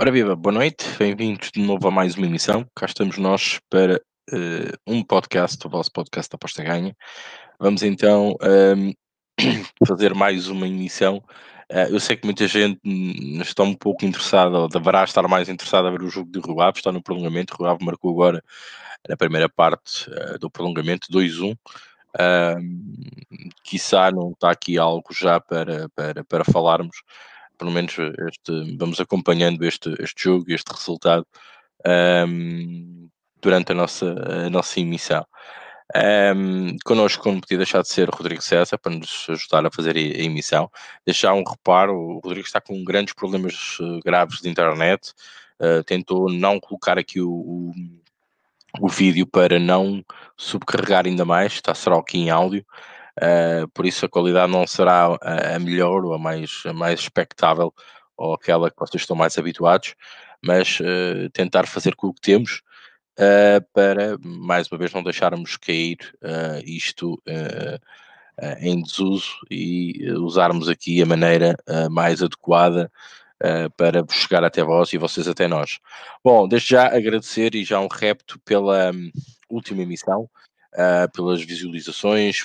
Ora viva, boa noite, bem-vindos de novo a mais uma emissão. Cá estamos nós para um podcast, o vosso podcast da Aposta Ganha. Vamos então fazer mais uma emissão. Eu sei que muita gente está um pouco interessada, ou deverá estar mais interessada a ver o jogo de Rio Ave, está no prolongamento. Rio Ave marcou agora na primeira parte do prolongamento 2-1. Quiçá não está aqui algo já para falarmos, pelo menos vamos acompanhando este jogo, este resultado, ahm, durante a nossa emissão. Connosco, como podia deixar de ser, Rodrigo César, para nos ajudar a fazer a emissão. Deixar um reparo, o Rodrigo está com grandes problemas graves de internet, tentou não colocar aqui o vídeo para não subcarregar ainda mais, está só aqui em áudio. Por isso a qualidade não será a melhor ou a mais expectável ou aquela que vocês estão mais habituados, mas tentar fazer com o que temos, para mais uma vez não deixarmos cair isto em desuso e usarmos aqui a maneira mais adequada para chegar até vós e vocês até nós. Bom, desde já agradecer e já um repto pela última emissão, pelas visualizações,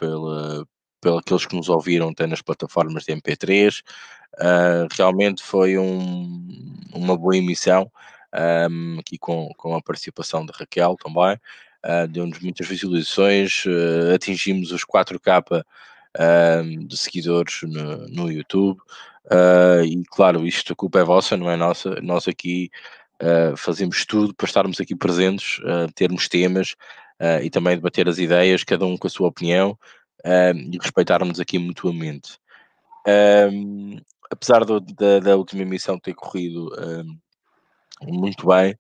pela aqueles que nos ouviram até nas plataformas de MP3. Realmente foi uma boa emissão, aqui com a participação de Raquel também. Deu-nos muitas visualizações, atingimos os 4K de seguidores no YouTube. E claro, isto a culpa é vossa, não é nossa. Nós aqui fazemos tudo para estarmos aqui presentes, termos temas e também debater as ideias, cada um com a sua opinião, e respeitarmos aqui mutuamente. Um, Apesar da última emissão ter corrido muito bem,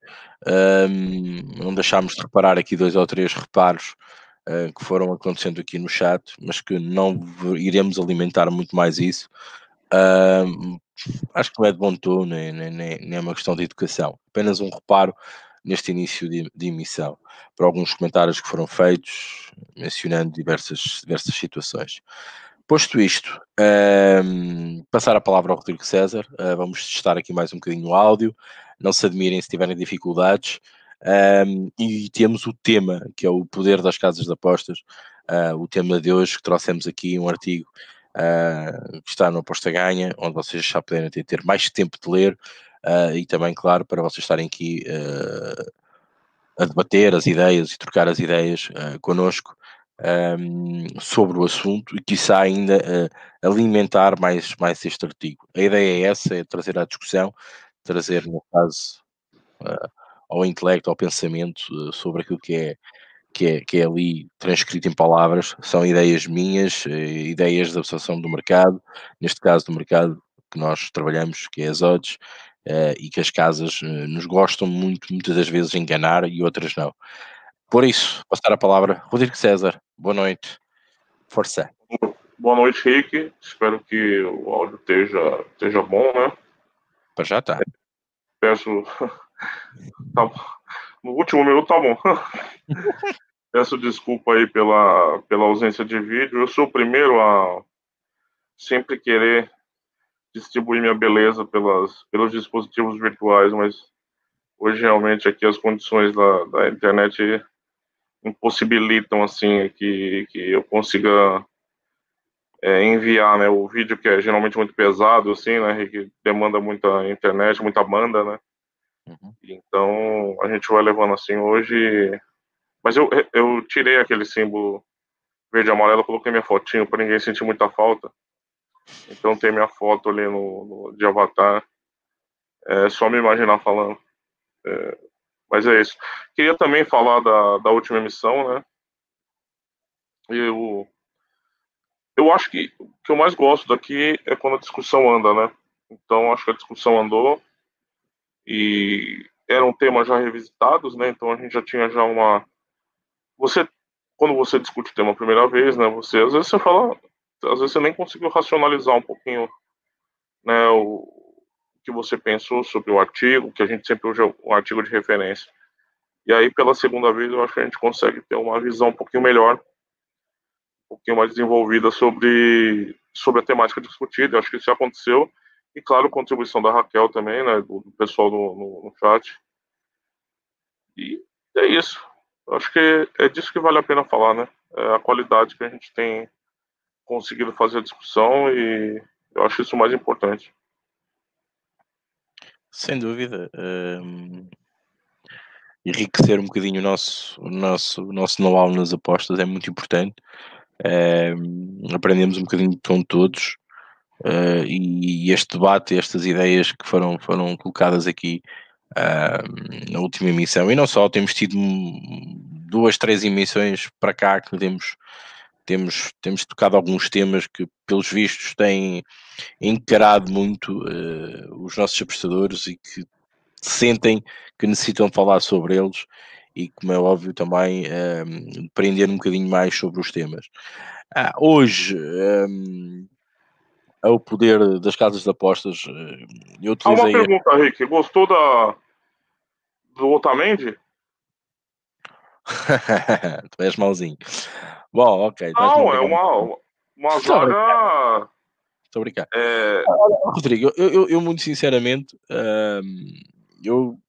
não deixámos de reparar aqui dois ou três reparos que foram acontecendo aqui no chat, mas que não iremos alimentar muito mais isso. Hum, Acho que não é de bom tom, nem é uma questão de educação. Apenas um reparo neste início de emissão, para alguns comentários que foram feitos, mencionando diversas situações. Posto isto, passar a palavra ao Rodrigo César, vamos testar aqui mais um bocadinho o áudio, não se admirem se tiverem dificuldades, e temos o tema, que é o poder das casas de apostas, o tema de hoje, que trouxemos aqui um artigo que está no Aposta Ganha, onde vocês já puderem ter mais tempo de ler, e também, claro, para vocês estarem aqui a debater as ideias e trocar as ideias connosco sobre o assunto e, quiçá, ainda alimentar mais este artigo. A ideia é essa, é trazer à discussão, trazer, no caso, uh, ao intelecto, ao pensamento sobre aquilo que é ali transcrito em palavras. São ideias minhas, ideias de absorção do mercado, neste caso do mercado que nós trabalhamos, que é as odds, e que as casas nos gostam muito, muitas das vezes, de enganar e outras não. Por isso, passar a palavra, Rodrigo César. Boa noite. Força. Boa noite, Rick. Espero que o áudio esteja bom, né? Para já está. Peço. Tá, no último minuto tá bom. Peço desculpa aí pela ausência de vídeo. Eu sou o primeiro a sempre querer distribuir minha beleza pelos dispositivos virtuais, mas hoje realmente aqui as condições da internet impossibilitam assim que eu consiga enviar, né, o vídeo, que é geralmente muito pesado, assim, né, que demanda muita internet, muita banda, né. Uhum. Então a gente vai levando assim hoje. Mas eu tirei aquele símbolo verde e amarelo, coloquei minha fotinho para ninguém sentir muita falta. Então tem minha foto ali de avatar. É só me imaginar falando. Mas é isso. Queria também falar da última emissão, né? Eu acho que o que eu mais gosto daqui é quando a discussão anda, né? Então acho que a discussão andou e eram temas já revisitados, né? Então a gente já tinha já uma. Você, quando você discute o tema a primeira vez, né? Às vezes você fala, às vezes você nem conseguiu racionalizar um pouquinho, né? O que você pensou sobre o artigo, que a gente sempre usa o artigo de referência. E aí pela segunda vez eu acho que a gente consegue ter uma visão um pouquinho melhor, um pouquinho mais desenvolvida sobre a temática discutida. Eu acho que isso já aconteceu E, claro, contribuição da Raquel também, né? Do pessoal no chat. E é isso. Eu acho que é disso que vale a pena falar, né? É a qualidade que a gente tem conseguido fazer a discussão e eu acho isso o mais importante. Sem dúvida. Enriquecer um bocadinho o nosso know-how nas apostas é muito importante. Aprendemos um bocadinho com todos. E este debate, estas ideias que foram colocadas aqui na última emissão, e não só, temos tido 2, 3 emissões para cá que temos tocado alguns temas que, pelos vistos, têm encarado muito os nossos apostadores e que sentem que necessitam falar sobre eles e, como é óbvio, também aprender um bocadinho mais sobre os temas. Hoje, ao poder das casas de apostas, eu Há uma utilizei. pergunta, Rick. Gostou do Otamendi? Tu és mauzinho. Bom, ok, estás a Não, é brincar. uma Estou a brincar, zaga. estou a brincar. É, Rodrigo, eu muito sinceramente, eu,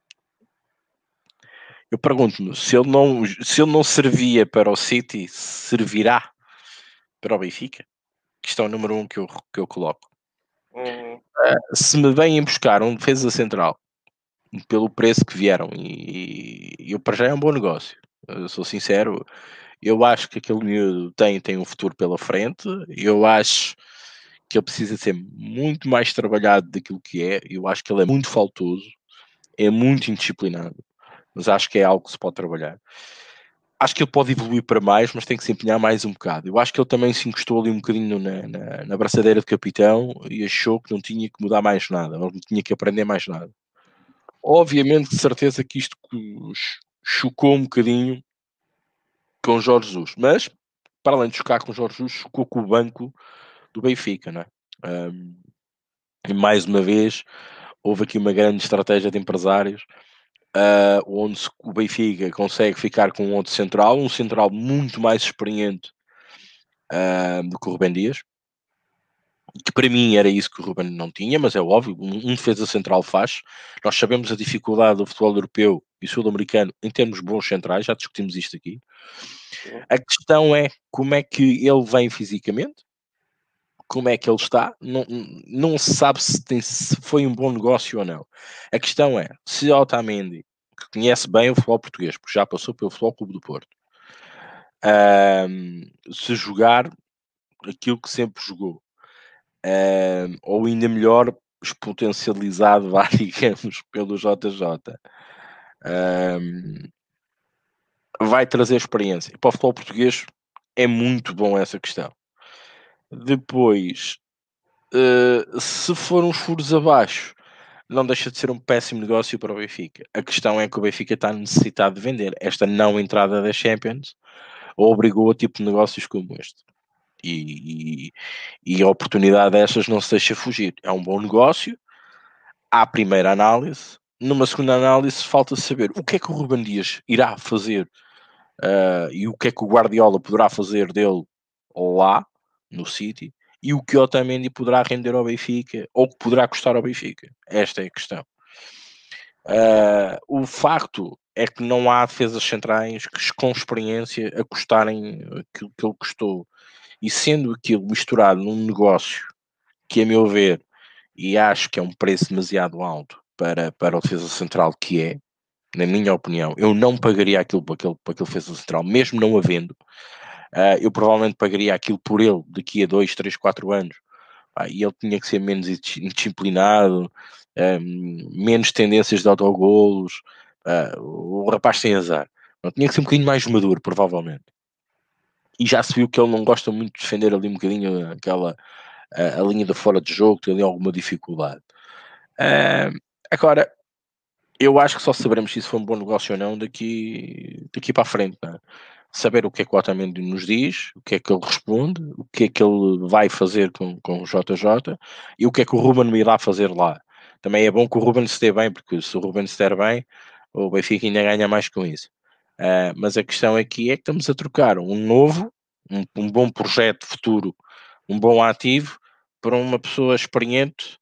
eu pergunto-me se ele não servia para o City, servirá para o Benfica? Questão número um que eu coloco. hum, Se me vêm buscar um defesa central pelo preço que vieram, e eu para já é um bom negócio. Eu sou sincero, eu acho que aquele miúdo tem um futuro pela frente. Eu acho que ele precisa ser muito mais trabalhado daquilo que é. Eu acho que ele é muito faltoso, é muito indisciplinado, mas acho que é algo que se pode trabalhar. Acho que ele pode evoluir para mais, mas tem que se empenhar mais um bocado. Eu acho que ele também se encostou ali um bocadinho na braçadeira de capitão e achou que não tinha que mudar mais nada, não tinha que aprender mais nada. Obviamente, de certeza que isto chocou um bocadinho com Jorge Jesus, mas para além de chocar com Jorge Jesus, chocou com o banco do Benfica, não é? E mais uma vez houve aqui uma grande estratégia de empresários, onde o Benfica consegue ficar com um central muito mais experiente do que o Rubem Dias, que para mim era isso que o Ruben não tinha, mas é óbvio, um defesa central faz. Nós sabemos a dificuldade do futebol europeu e sul-americano em termos bons centrais, já discutimos isto aqui. A questão é como é que ele vem fisicamente, como é que ele está, não se sabe se foi um bom negócio ou não. A questão é, se Otamendi, que conhece bem o futebol português, porque já passou pelo Futebol Clube do Porto, se jogar aquilo que sempre jogou, ou ainda melhor, exponencializado, vá, digamos, pelo JJ, vai trazer experiência. E para o futebol português é muito bom essa questão. Depois, se for uns furos abaixo, não deixa de ser um péssimo negócio para o Benfica. A questão é que o Benfica está necessitado de vender. Esta não entrada da Champions obrigou a tipo de negócios como este. E a oportunidade destas não se deixa fugir. É um bom negócio, à primeira análise. Numa segunda análise, falta saber o que é que o Ruben Dias irá fazer e o que é que o Guardiola poderá fazer dele lá, no City, e o que o Otamendi poderá render ao Benfica, ou que poderá custar ao Benfica. Esta é a questão. O facto é que não há defesas centrais que com experiência a custarem aquilo que ele custou. E sendo aquilo misturado num negócio que, a meu ver, e acho que é um preço demasiado alto para o defesa central que é, na minha opinião, eu não pagaria aquilo para aquele defesa central, mesmo não havendo. Eu provavelmente pagaria aquilo por ele daqui a 2, 3, 4 anos. E ele tinha que ser menos indisciplinado, menos tendências de autogolos. O rapaz tem azar. Não, tinha que ser um bocadinho mais maduro, provavelmente. E já se viu que ele não gosta muito de defender ali um bocadinho a linha de fora de jogo, tem ali alguma dificuldade. Agora, eu acho que só saberemos se isso foi um bom negócio ou não daqui para a frente, não é? Saber o que é que o Otamendi nos diz, o que é que ele responde, o que é que ele vai fazer com o JJ e o que é que o Ruben irá fazer lá. Também é bom que o Ruben se dê bem, porque se o Ruben se der bem, o Benfica ainda ganha mais com isso. Mas a questão aqui é que estamos a trocar um novo, um bom projeto futuro, um bom ativo, para uma pessoa experiente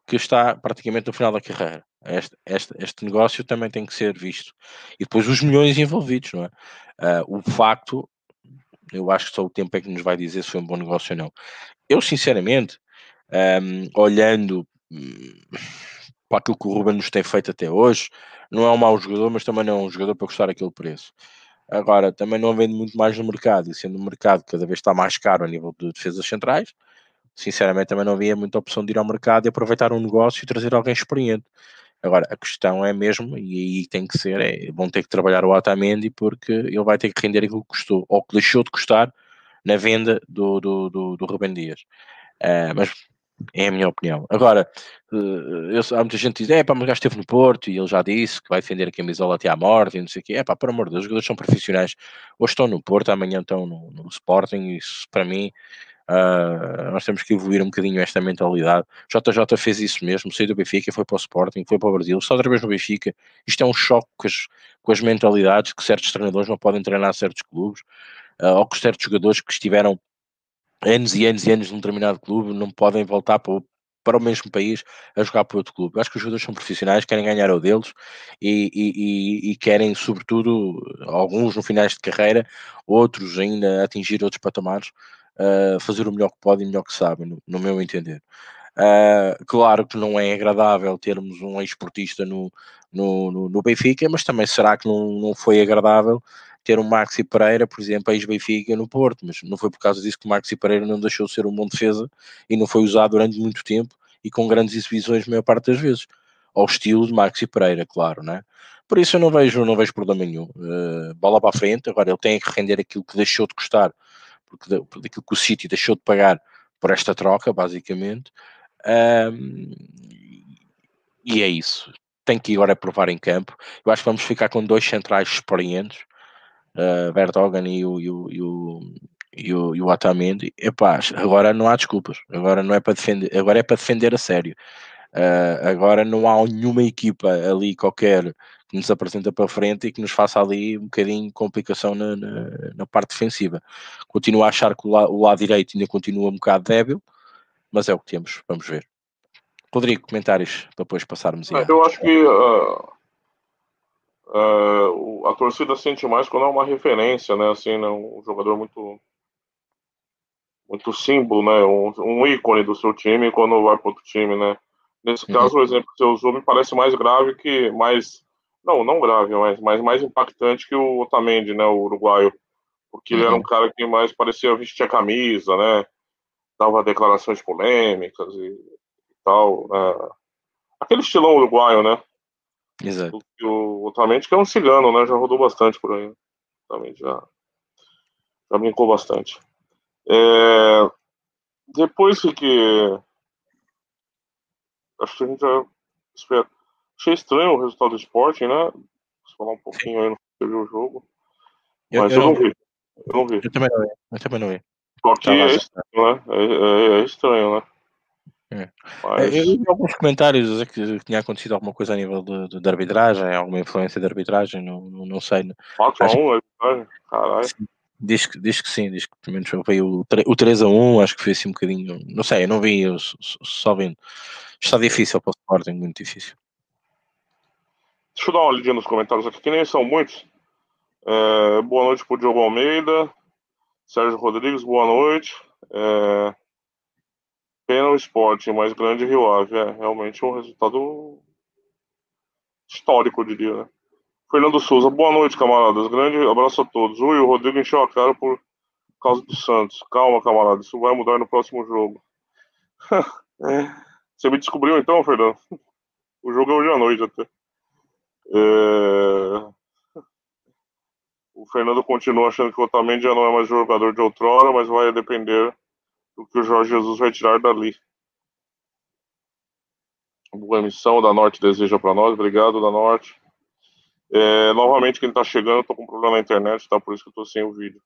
que está praticamente no final da carreira. Este negócio também tem que ser visto. E depois os milhões envolvidos, não é? O facto, eu acho que só o tempo é que nos vai dizer se foi um bom negócio ou não. Eu, sinceramente, olhando para aquilo que o Ruben nos tem feito até hoje, não é um mau jogador, mas também não é um jogador para custar aquele preço. Agora, também não vende muito mais no mercado, e sendo o mercado cada vez está mais caro a nível de defesas centrais, sinceramente também não havia muita opção de ir ao mercado e aproveitar um negócio e trazer alguém experiente. Agora, a questão é mesmo, e aí tem que ser, vão ter que trabalhar o Otamendi porque ele vai ter que render aquilo que custou, ou que deixou de custar na venda do Rubem Dias. Mas é a minha opinião. Agora, há muita gente que diz, mas o gajo esteve no Porto e ele já disse que vai defender a camisola até à morte e não sei o quê. Por amor de Deus, os jogadores são profissionais. Hoje estão no Porto, amanhã estão no Sporting. Isso, para mim, nós temos que evoluir um bocadinho esta mentalidade. JJ fez isso mesmo, saiu do Benfica, foi para o Sporting, foi para o Brasil, está outra vez no Benfica. Isto é um choque com as mentalidades que certos treinadores não podem treinar certos clubes, ou que certos jogadores que estiveram anos e anos e anos num determinado clube não podem voltar para o mesmo país a jogar para outro clube. Eu acho que os jogadores são profissionais, querem ganhar o deles e querem, sobretudo, alguns no finais de carreira, outros ainda atingir outros patamares, fazer o melhor que podem e o melhor que sabem, no meu entender. Claro que não é agradável termos um ex-portista no Benfica, mas também será que não foi agradável ter um Maxi Pereira, por exemplo, ex-Benfica no Porto, mas não foi por causa disso que o Maxi Pereira não deixou de ser um bom defesa e não foi usado durante muito tempo e com grandes exibições a maior parte das vezes. Ao estilo de Maxi Pereira, claro, né? Por isso eu não vejo problema nenhum. Bola para a frente, agora ele tem que render aquilo que deixou de custar, porque daquilo que o City deixou de pagar por esta troca, basicamente. E é isso. Tem que agora provar em campo. Eu acho que vamos ficar com dois centrais experientes, Vertonghen e o Otamendi. Epá, agora não há desculpas. Agora não é para defender, agora é para defender a sério. Agora não há nenhuma equipa ali qualquer que nos apresenta para frente e que nos faça ali um bocadinho de complicação na parte defensiva. Continuo a achar que o lado direito ainda continua um bocado débil, mas é o que temos. Vamos ver. Rodrigo, comentários para depois passarmos a Eu acho que a torcida sente mais quando é uma referência, né? Assim, né? Um jogador muito, muito símbolo, né? Um ícone do seu time quando vai para outro time, né? Nesse caso, o exemplo que você usou me parece mais grave que não grave, mas mais impactante que o Otamendi, né? O uruguaio, porque ele era um cara que mais parecia vestir a camisa, né? Dava declarações polêmicas e tal, né? Aquele estilão uruguaio, né? Exato. O Otamendi, que é um cigano, né? Já rodou bastante por aí. Também já brincou bastante. Depois que acho que a gente já espera. Achei estranho o resultado do Sporting, né? Vou falar um pouquinho aí, não sei o jogo. Mas eu não vi. Eu não vi. Eu também não vi. Só que é estranho, né? É estranho, né? Eu vi alguns comentários a dizer que tinha acontecido alguma coisa a nível de arbitragem, alguma influência de arbitragem, não sei. 4-1 a arbitragem? Caralho. Diz que sim, diz que pelo menos veio o 3-1, acho que foi assim um bocadinho. Não sei, eu não vi, eu só vendo. Está difícil para o Sporting, muito difícil. Deixa eu dar uma olhadinha nos comentários aqui, que nem são muitos. Boa noite pro Diogo Almeida. Sérgio Rodrigues, boa noite. Pena o Sporting, mais grande Rio Ave. É realmente um resultado histórico, eu diria, né? Fernando Souza, boa noite, camaradas. Grande abraço a todos. O Rodrigo encheu a cara por causa do Santos. Calma, camarada, isso vai mudar no próximo jogo. Você me descobriu então, Fernando? O jogo é hoje à noite até. O Fernando continua achando que o Otamendi já não é mais jogador de outrora, mas vai depender do que o Jorge Jesus vai tirar dali. Boa emissão, da Norte deseja para nós. Obrigado, da Norte. Novamente, quem tá chegando, tô com problema na internet, tá? Por isso que eu tô sem o vídeo.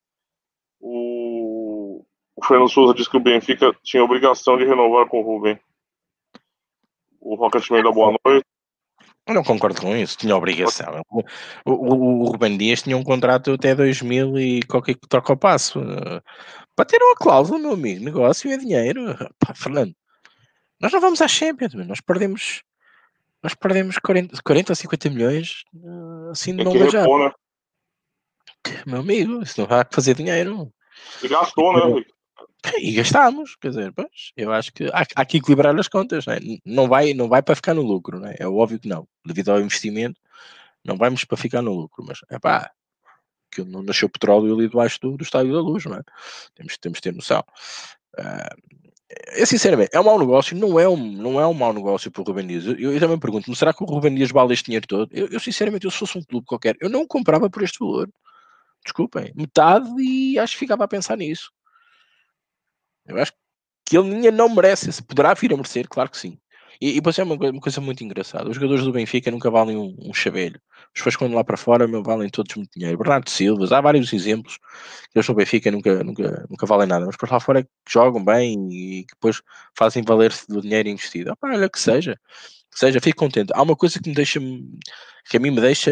O Fernando Souza disse que o Benfica tinha obrigação de renovar com o Rubem. O Rocketman da boa noite. Eu não concordo com isso, tinha obrigação. O Rubem Dias tinha um contrato até 2000 e qualquer que troca o passo. Para ter uma cláusula, meu amigo, negócio é dinheiro. Pá, Fernando, Nós não vamos à Champions, nós perdemos 40 ou 50 milhões assim de Tem que mão beijada. repor, né? Meu amigo, isso não vai fazer dinheiro. E gastou, né, Rick? E gastámos, quer dizer, pois, eu acho que há que equilibrar as contas, né? Não vai para ficar no lucro, né? É óbvio que não. Devido ao investimento, não vamos para ficar no lucro, mas é pá, que não nasceu petróleo ali debaixo do estádio da luz, não é? Temos de ter noção. Ah, sinceramente, é um mau negócio, não é um mau negócio para o Ruben Dias. Eu também pergunto-me, será que o Ruben Dias vale este dinheiro todo? Sinceramente, eu se fosse um clube qualquer, eu não o comprava por este valor. Desculpem, metade e acho que ficava a pensar nisso. Eu acho que ele ainda não merece, se poderá vir a merecer, claro que sim. E depois é uma coisa muito engraçada. Os jogadores do Benfica nunca valem um chavelho. Depois, quando lá para fora, valem todos muito dinheiro. Bernardo Silva, há vários exemplos que eles no Benfica nunca valem nada, mas por lá fora é que jogam bem e que depois fazem valer-se do dinheiro investido. Opa, olha, que seja, fico contente. Há uma coisa que a mim me deixa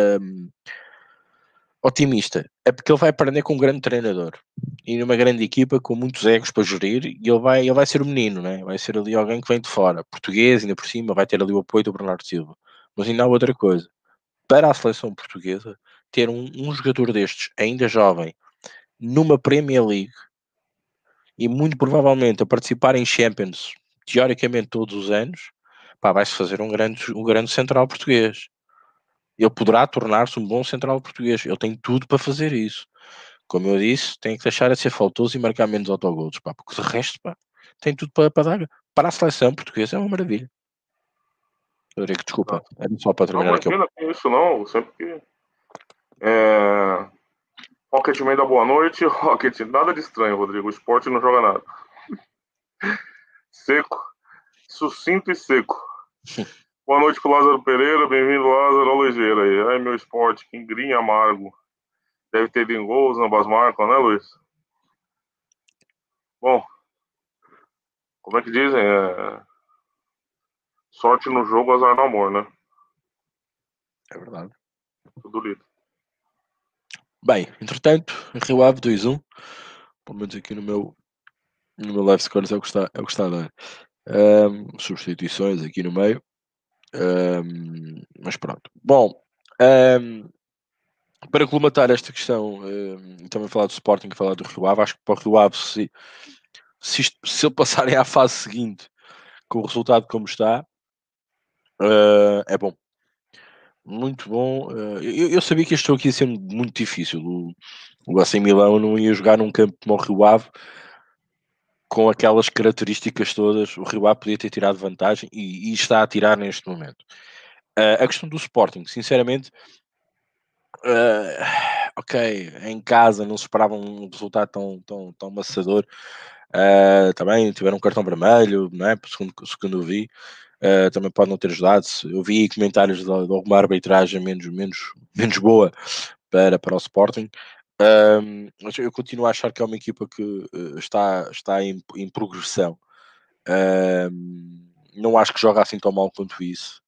otimista, é porque ele vai aprender com um grande treinador e numa grande equipa com muitos egos para gerir, e ele vai ser o menino, né? Vai ser ali alguém que vem de fora, português, ainda por cima, vai ter ali o apoio do Bernardo Silva. Mas ainda há outra coisa, para a seleção portuguesa, ter um jogador destes, ainda jovem, numa Premier League e muito provavelmente a participar em Champions, teoricamente todos os anos, pá, vai-se fazer um grande central português. Ele poderá tornar-se um bom central português. Ele tem tudo para fazer isso. Como eu disse, tem que deixar de ser faltoso e marcar menos autogolos, pá, porque de resto, pá, tem tudo para dar. Para a seleção portuguesa é uma maravilha. Rodrigo, desculpa, era só para Não, terminar aqui. imagina, tem isso não. Sempre que. É... Rocketman da boa noite, Rocket. Nada de estranho, Rodrigo. O esporte não joga nada. Seco, sucinto e seco. Boa noite pro Lázaro Pereira, bem-vindo, Lázaro Oliveira aí. Ai, meu esporte, que ingrinha amargo. Deve ter ido em gols, ambas marcam, né, Luiz? Bom, como é que dizem? Sorte no jogo, azar no amor, né? É verdade. Tudo lindo. Bem, entretanto, Rio Ave 2-1, pelo menos aqui no meu live scores é o que está a dar. Substituições aqui no meio. Mas pronto. Bom, para colmatar esta questão, também falar do Sporting e falar do Rio Ave, acho que para o Rio Ave, se ele passarem à fase seguinte com o resultado como está, é bom. Muito bom. Eu sabia que este jogo ia ser muito difícil. O AC Milão não ia jogar num campo como o Rio Ave com aquelas características todas. O Rio Ave podia ter tirado vantagem e está a tirar neste momento. A questão do Sporting, sinceramente, ok, em casa não se esperava um resultado tão maçador. Também tiveram um cartão vermelho, não é? Segundo eu vi. Também pode não ter ajudado. Eu vi comentários de alguma arbitragem menos boa para o Sporting. Mas eu continuo a achar que é uma equipa que está em progressão. Não acho que joga assim tão mal quanto isso.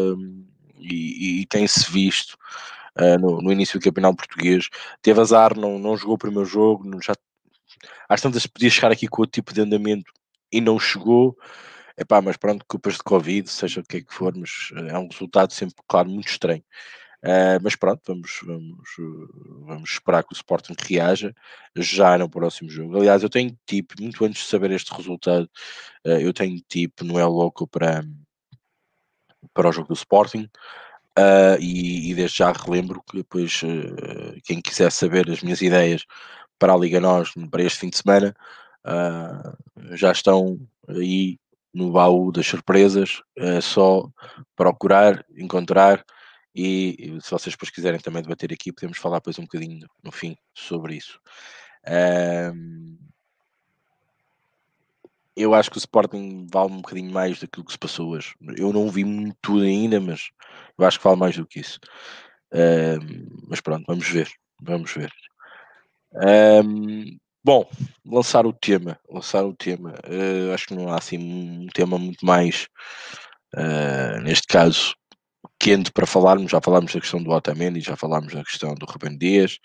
E tem-se visto no início do campeonato português. Teve azar, não jogou o primeiro jogo. Já, às tantas podia chegar aqui com outro tipo de andamento e não chegou. Epá, mas pronto, culpas de Covid, seja o que é que for, mas é um resultado sempre, claro, muito estranho. Mas pronto, vamos esperar que o Sporting reaja já no próximo jogo. Aliás, eu tenho tipo, muito antes de saber este resultado, eu tenho tipo, não é louco para o jogo do Sporting. E desde já relembro que depois quem quiser saber as minhas ideias para a Liga Nós para este fim de semana já estão aí no baú das surpresas. É só procurar, encontrar e se vocês depois quiserem também debater aqui, podemos falar depois um bocadinho no fim sobre isso. Eu acho que o Sporting vale um bocadinho mais daquilo que se passou hoje. Eu não vi muito tudo ainda, mas eu acho que vale mais do que isso. Mas pronto, vamos ver. Vamos ver. Bom, lançar o tema. Acho que não há assim um tema muito mais, neste caso, quente para falarmos. Já falámos da questão do Otamendi, já falámos da questão do Ruben Dias.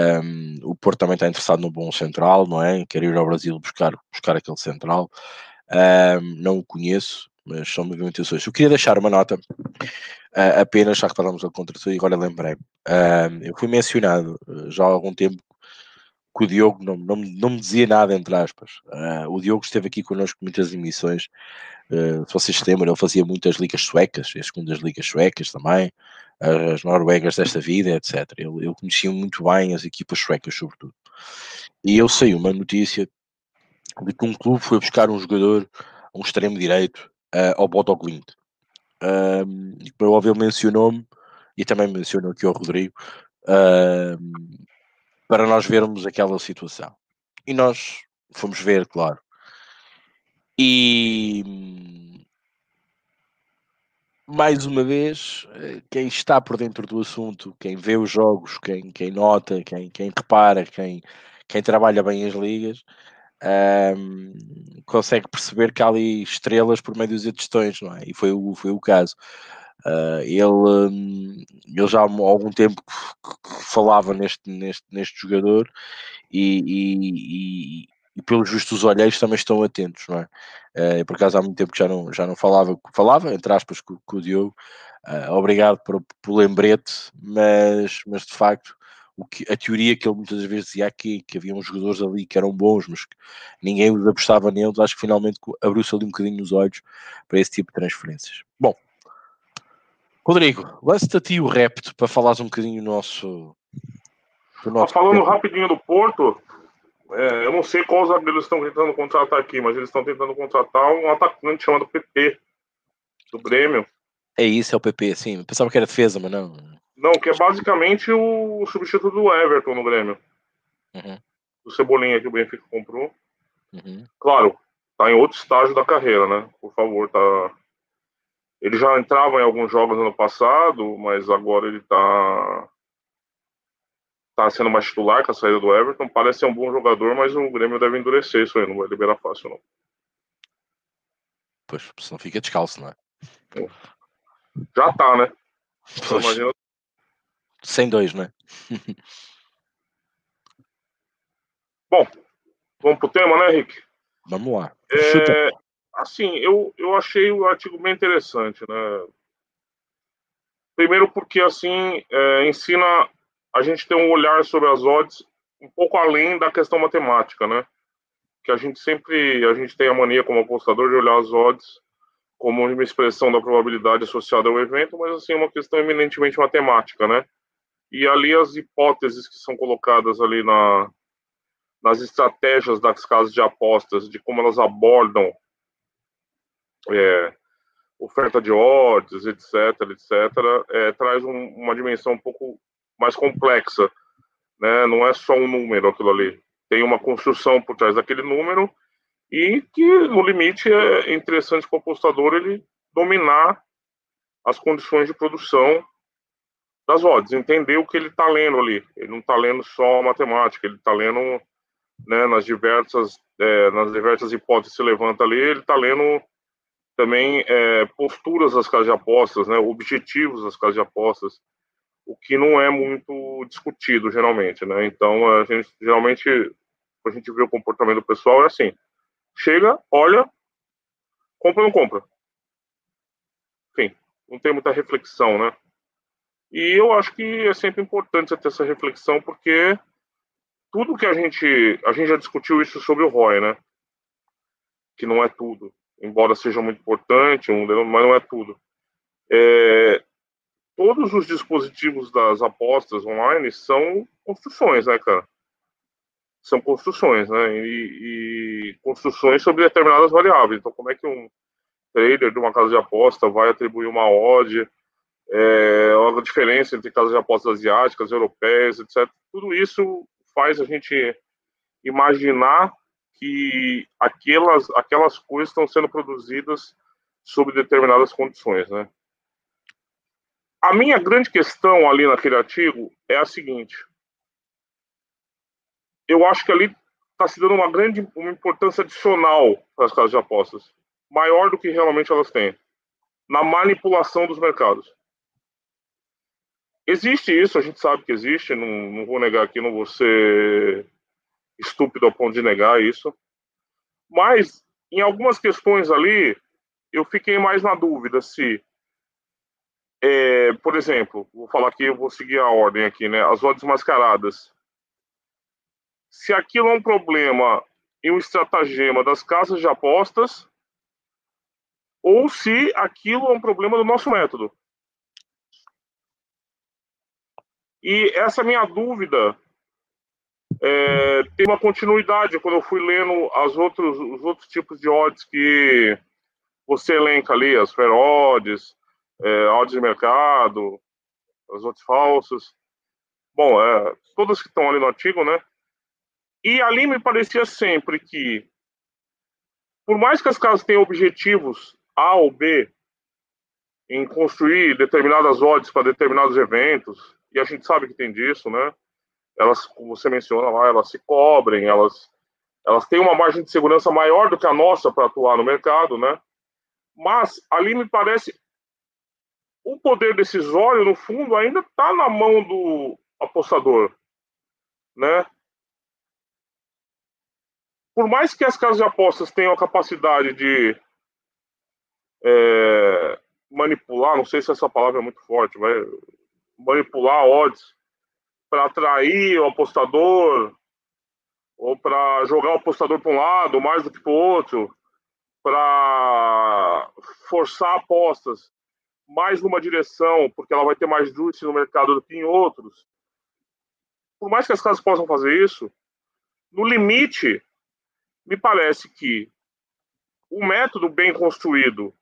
O Porto também está interessado no bom central, não é? Quer ir ao Brasil buscar aquele central. Não o conheço, mas são movimentações. Eu queria deixar uma nota, apenas, já que falamos da contratação e agora lembrei. Eu fui mencionado já há algum tempo que o Diogo não me dizia nada, entre aspas. O Diogo esteve aqui connosco muitas emissões. Se vocês se lembram, ele fazia muitas ligas suecas, as segundas ligas suecas também, as noruegas desta vida, etc. Ele conhecia muito bem as equipas suecas, sobretudo. E eu sei uma notícia de que um clube foi buscar um jogador, um extremo direito, ao Bodo Glimt. E para ele mencionou-me, e também mencionou aqui ao Rodrigo, para nós vermos aquela situação. E nós fomos ver, claro. E mais uma vez, quem está por dentro do assunto, quem vê os jogos, quem nota, quem repara, quem trabalha bem as ligas, consegue perceber que há ali estrelas por meio dos tostões, não é? E foi o caso. Ele já há algum tempo que falava neste jogador e pelos vistos os olheiros também estão atentos, não é? Por acaso há muito tempo que já não falava, entre aspas, com o Diogo. Obrigado pelo lembrete, mas de facto a teoria que ele muitas vezes dizia aqui, que havia uns jogadores ali que eram bons, mas que ninguém os apostava neles, acho que finalmente abriu-se ali um bocadinho os olhos para esse tipo de transferências. Bom, Rodrigo, lança-te a ti o repto para falares um bocadinho do nosso falando rapidinho do Porto, eu não sei qual zagueiros estão tentando contratar aqui, mas eles estão tentando contratar um atacante chamado PP, do Grêmio. É isso, é o PP, sim. Eu pensava que era defesa, mas não. Não, que é basicamente o substituto do Everton no Grêmio. Uhum. Do Cebolinha que o Benfica comprou. Uhum. Claro, tá em outro estágio da carreira, né? Por favor, tá. Ele já entrava em alguns jogos no ano passado, mas agora ele tá sendo mais titular com a saída do Everton. Parece ser um bom jogador, mas o Grêmio deve endurecer isso aí, não vai liberar fácil, não. Pois, senão fica descalço, não é? Já tá, né? Então, Pois, imagina. sem dois, não é? Bom, vamos pro tema, né, Rick? Vamos lá. Chuta. Assim, eu achei o artigo bem interessante, né? Primeiro porque, assim, ensina a gente ter um olhar sobre as odds um pouco além da questão matemática, né? Que a gente tem a mania como apostador de olhar as odds como uma expressão da probabilidade associada ao evento, mas, assim, uma questão eminentemente matemática, né? E ali as hipóteses que são colocadas ali nas estratégias das casas de apostas, de como elas abordam oferta de odds, etc., traz uma dimensão um pouco mais complexa, né? Não é só um número aquilo ali. Tem uma construção por trás daquele número e que, no limite, é interessante para o apostador ele dominar as condições de produção das odds, entender o que ele está lendo ali. Ele não está lendo só a matemática, ele está lendo, né, nas diversas hipóteses que se levanta ali, ele está lendo também posturas das casas de apostas, né, objetivos das casas de apostas, o que não é muito discutido geralmente, né? Então a gente geralmente a gente vê o comportamento do pessoal é assim: chega, olha, compra ou não compra. Enfim, não tem muita reflexão, né? E eu acho que é sempre importante você ter essa reflexão, porque tudo que a gente já discutiu isso sobre o ROI, né? Que não é tudo, embora seja muito importante, mas não é tudo. Todos os dispositivos das apostas online são construções, né, cara? São construções, né? E construções sobre determinadas variáveis. Então, como é que um trader de uma casa de aposta vai atribuir uma odd, a diferença entre casas de apostas asiáticas, europeias, etc. Tudo isso faz a gente imaginar que aquelas coisas estão sendo produzidas sob determinadas condições, né? A minha grande questão ali naquele artigo é a seguinte: eu acho que ali está se dando uma importância adicional para as casas de apostas, maior do que realmente elas têm, na manipulação dos mercados. Existe isso, a gente sabe que existe, não vou negar aqui, não vou ser estúpido ao ponto de negar isso, mas em algumas questões ali, eu fiquei mais na dúvida se, por exemplo, vou falar aqui, eu vou seguir a ordem aqui, né? As odds mascaradas. Se aquilo é um problema e um estratagema das casas de apostas, ou se aquilo é um problema do nosso método. E essa minha dúvida tem uma continuidade quando eu fui lendo os outros tipos de odds que você elenca ali, as fair odds, odds de mercado, as odds falsas. Bom, todas que estão ali no artigo, né? E ali me parecia sempre que, por mais que as casas tenham objetivos A ou B em construir determinadas odds para determinados eventos, e a gente sabe que tem disso, né? Elas, como você menciona lá, elas se cobrem, elas têm uma margem de segurança maior do que a nossa para atuar no mercado, né? Mas ali me parece o poder decisório, no fundo, ainda está na mão do apostador, né? Por mais que as casas de apostas tenham a capacidade de manipular, não sei se essa palavra é muito forte, vai manipular odds para atrair o apostador ou para jogar o apostador para um lado mais do que para o outro, para forçar apostas mais numa direção, porque ela vai ter mais juice no mercado do que em outros. Por mais que as casas possam fazer isso, no limite, me parece que o método bem construído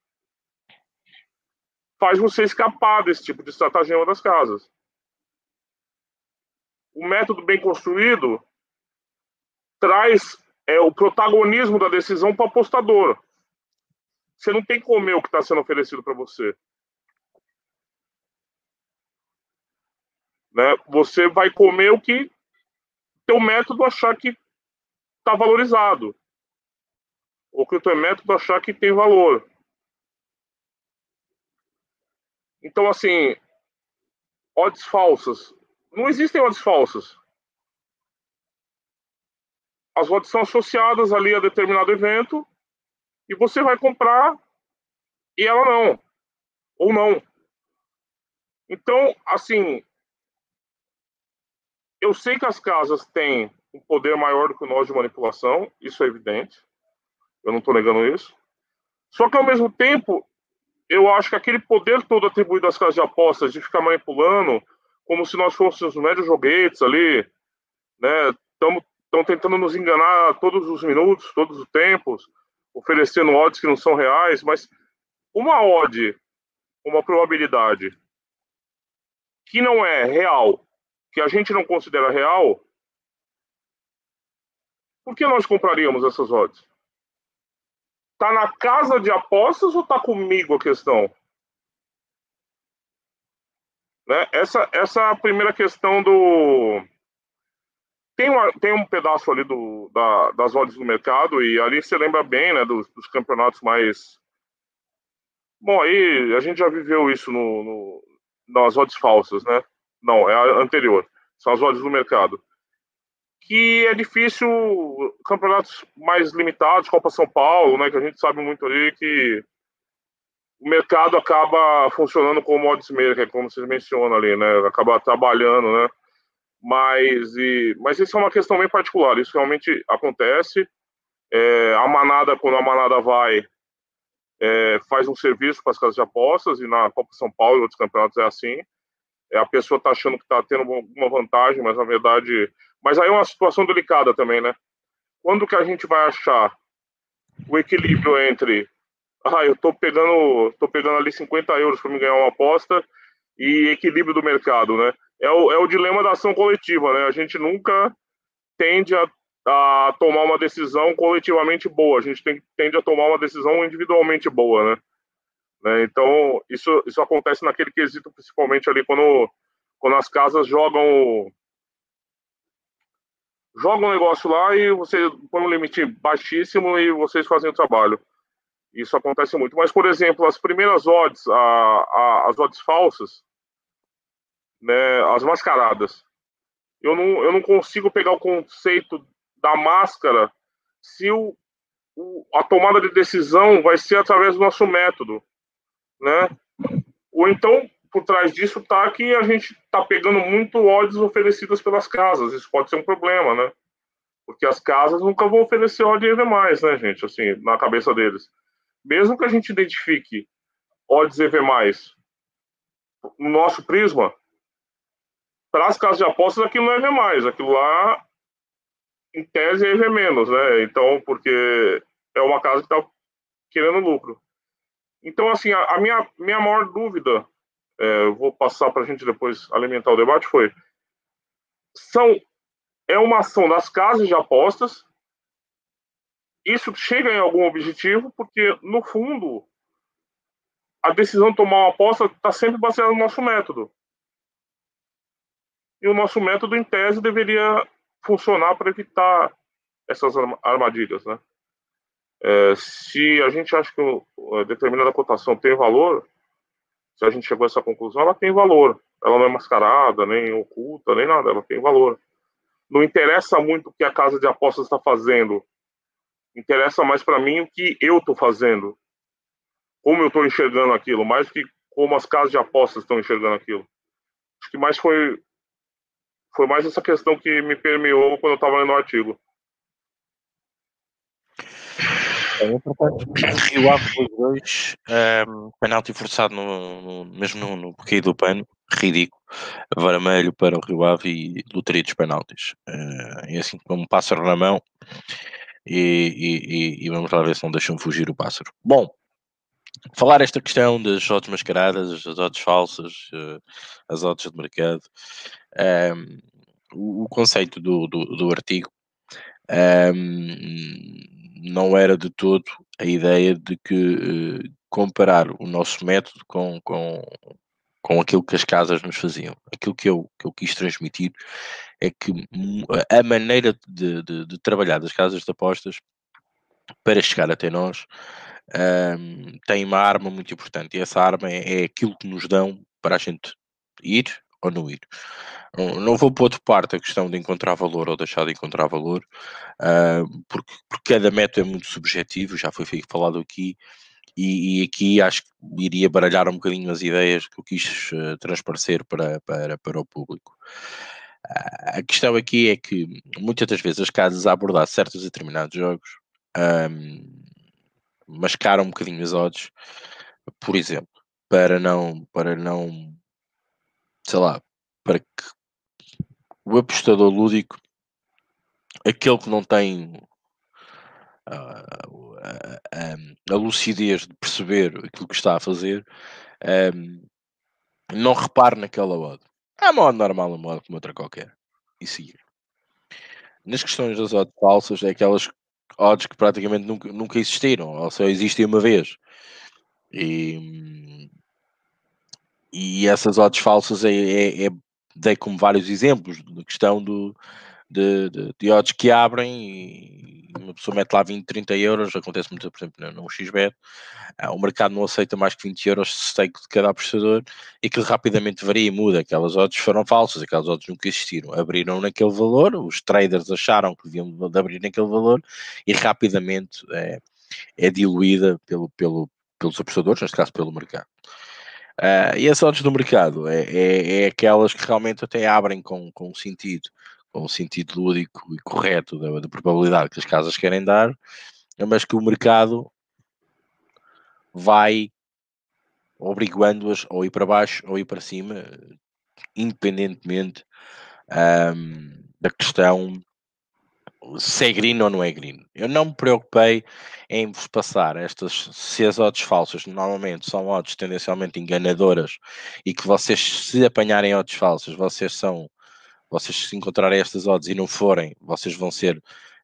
faz você escapar desse tipo de estratagema das casas. O método bem construído traz o protagonismo da decisão para o apostador. Você não tem que comer o que está sendo oferecido para você. Né? Você vai comer o que teu método achar que está valorizado. Ou que o teu método achar que tem valor. Então, assim, odds falsas. Não existem odds falsas. As odds são associadas ali a determinado evento e você vai comprar e ela não. Ou não. Então, assim, eu sei que as casas têm um poder maior do que o nós de manipulação, isso é evidente. Eu não estou negando isso. Só que, ao mesmo tempo, eu acho que aquele poder todo atribuído às casas de apostas de ficar manipulando, como se nós fôssemos médios joguetes ali, né? Estão tentando nos enganar todos os minutos, todos os tempos, oferecendo odds que não são reais, mas uma odd, uma probabilidade que não é real, que a gente não considera real, por que nós compraríamos essas odds? Tá na casa de apostas ou tá comigo a questão? Né? Essa é a primeira questão do... Tem um pedaço ali das odds do mercado, e ali você lembra bem, né, dos campeonatos mais... Bom, aí a gente já viveu isso nas odds falsas, né? Não, é a anterior. São as odds do mercado. Que é difícil, campeonatos mais limitados, Copa São Paulo, né? Que a gente sabe muito ali que o mercado acaba funcionando como odds maker, como vocês mencionam ali, né? Acaba trabalhando, né? Mas isso é uma questão bem particular. Isso realmente acontece. A manada, quando a manada vai, faz um serviço para as casas de apostas, e na Copa São Paulo e outros campeonatos é assim. A pessoa está achando que está tendo uma vantagem, mas na verdade... Mas aí é uma situação delicada também, né? Quando que a gente vai achar o equilíbrio entre eu tô pegando ali 50 euros para me ganhar uma aposta e equilíbrio do mercado, né? É o dilema da ação coletiva, né? A gente nunca tende a tomar uma decisão coletivamente boa, a gente tende a tomar uma decisão individualmente boa, né? Então, isso acontece naquele quesito, principalmente ali quando as casas jogam um negócio lá e você põe um limite baixíssimo e vocês fazem o trabalho. Isso acontece muito. Mas, por exemplo, as primeiras odds, as odds falsas, né, as mascaradas, eu não consigo pegar o conceito da máscara se a tomada de decisão vai ser através do nosso método, né? Ou então, por trás disso, tá que a gente tá pegando muito odds oferecidas pelas casas. Isso pode ser um problema, né? Porque as casas nunca vão oferecer odd EV+, né, gente? Assim, na cabeça deles. Mesmo que a gente identifique odds EV+, no nosso prisma, para as casas de apostas aquilo não é EV+, aquilo lá, em tese, é EV-, né? Então, porque é uma casa que está querendo lucro. Então, assim, a minha maior dúvida, vou passar para a gente depois alimentar o debate, é uma ação das casas de apostas. Isso chega em algum objetivo, porque, no fundo, a decisão de tomar uma aposta está sempre baseada no nosso método. E o nosso método, em tese, deveria funcionar para evitar essas armadilhas, né? Se a gente acha que determinada cotação tem valor, se a gente chegou a essa conclusão, ela tem valor. Ela não é mascarada, nem oculta, nem nada, ela tem valor. Não interessa muito o que a casa de apostas está fazendo. Interessa mais para mim o que eu estou fazendo. Como eu estou enxergando aquilo, mais do que como as casas de apostas estão enxergando aquilo. Acho que mais foi mais essa questão que me permeou quando eu estava lendo o artigo. Rio Ave 2, penalti forçado mesmo no bloqueio do pano, ridículo, vermelho para o Rio Ave e loteria dos penaltis. É assim, com um pássaro na mão e vamos lá ver se não deixam fugir o pássaro. Bom, falar esta questão das odds mascaradas, as odds falsas, as odds de mercado, o conceito do artigo não era de todo a ideia de que comparar o nosso método com aquilo que as casas nos faziam. Aquilo que eu quis transmitir é que a maneira de trabalhar das casas de apostas para chegar até nós tem uma arma muito importante e essa arma é aquilo que nos dão para a gente ir ou não ir. Não vou pôr de parte a questão de encontrar valor ou deixar de encontrar valor, porque cada método é muito subjetivo, já foi falado aqui, e aqui acho que iria baralhar um bocadinho as ideias que eu quis transparecer para o público. A questão aqui é que muitas das vezes as casas a abordar certos e determinados jogos mascaram um bocadinho as odds, por exemplo, para não, sei lá, para que o apostador lúdico, aquele que não tem a lucidez de perceber aquilo que está a fazer, não repare naquela odd. É uma odd normal, uma odd como outra qualquer. E seguir. Nas questões das odds falsas, é aquelas odds que praticamente nunca existiram, ou só existem uma vez. E essas odds falsas dei como vários exemplos da questão de odds que abrem e uma pessoa mete lá 20, 30 euros, acontece muito, por exemplo, no XBET, o mercado não aceita mais que 20 euros de stake de cada apostador e aquilo rapidamente varia e muda, aquelas odds foram falsas, aquelas odds nunca existiram, abriram naquele valor, os traders acharam que deviam de abrir naquele valor e rapidamente é diluída pelos apostadores, neste caso pelo mercado. E as odds do mercado é aquelas que realmente até abrem com um sentido lúdico e correto da probabilidade que as casas querem dar, mas que o mercado vai obrigando-as ou ir para baixo ou ir para cima, independentemente da questão se é green ou não é green. Eu não me preocupei em vos passar se as odds falsas normalmente são odds tendencialmente enganadoras e que vocês, se apanharem odds falsas, vocês se encontrarem estas odds e não forem, vocês vão ser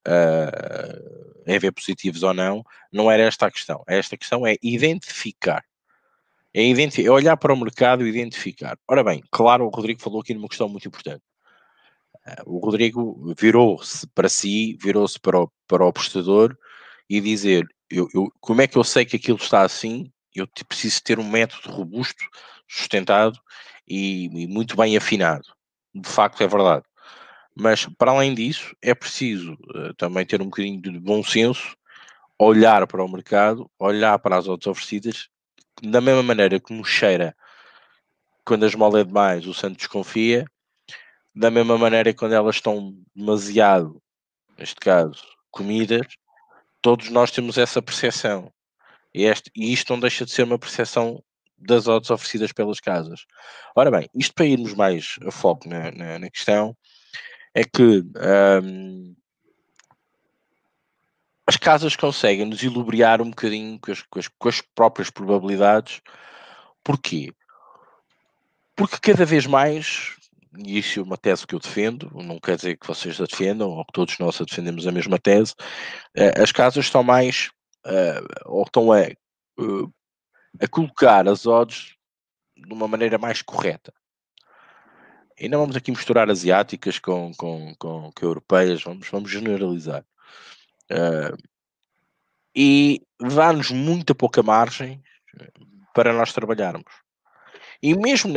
EV positivos ou não. Não era esta a questão. Esta questão é identificar. É olhar para o mercado e identificar. Ora bem, claro, o Rodrigo falou aqui numa questão muito importante. O Rodrigo virou-se para si, virou-se para o apostador e dizer, como é que eu sei que aquilo está assim? Eu preciso ter um método robusto, sustentado e muito bem afinado. De facto é verdade. Mas, para além disso, é preciso também ter um bocadinho de bom senso, olhar para o mercado, olhar para as odds oferecidas, da mesma maneira que nos cheira quando a esmola é demais, o santo desconfia, da mesma maneira que quando elas estão demasiado, neste caso, comidas, todos nós temos essa percepção. E isto não deixa de ser uma percepção das odds oferecidas pelas casas. Ora bem, isto para irmos mais a foco na questão, é que as casas conseguem nos ilubriar um bocadinho com as próprias probabilidades. Porquê? Porque cada vez mais, e isso é uma tese que eu defendo, não quer dizer que vocês a defendam, ou que todos nós a defendemos a mesma tese, as casas estão mais, ou estão a colocar as odds de uma maneira mais correta. E não vamos aqui misturar asiáticas com europeias, vamos generalizar. E dá-nos muita pouca margem para nós trabalharmos. E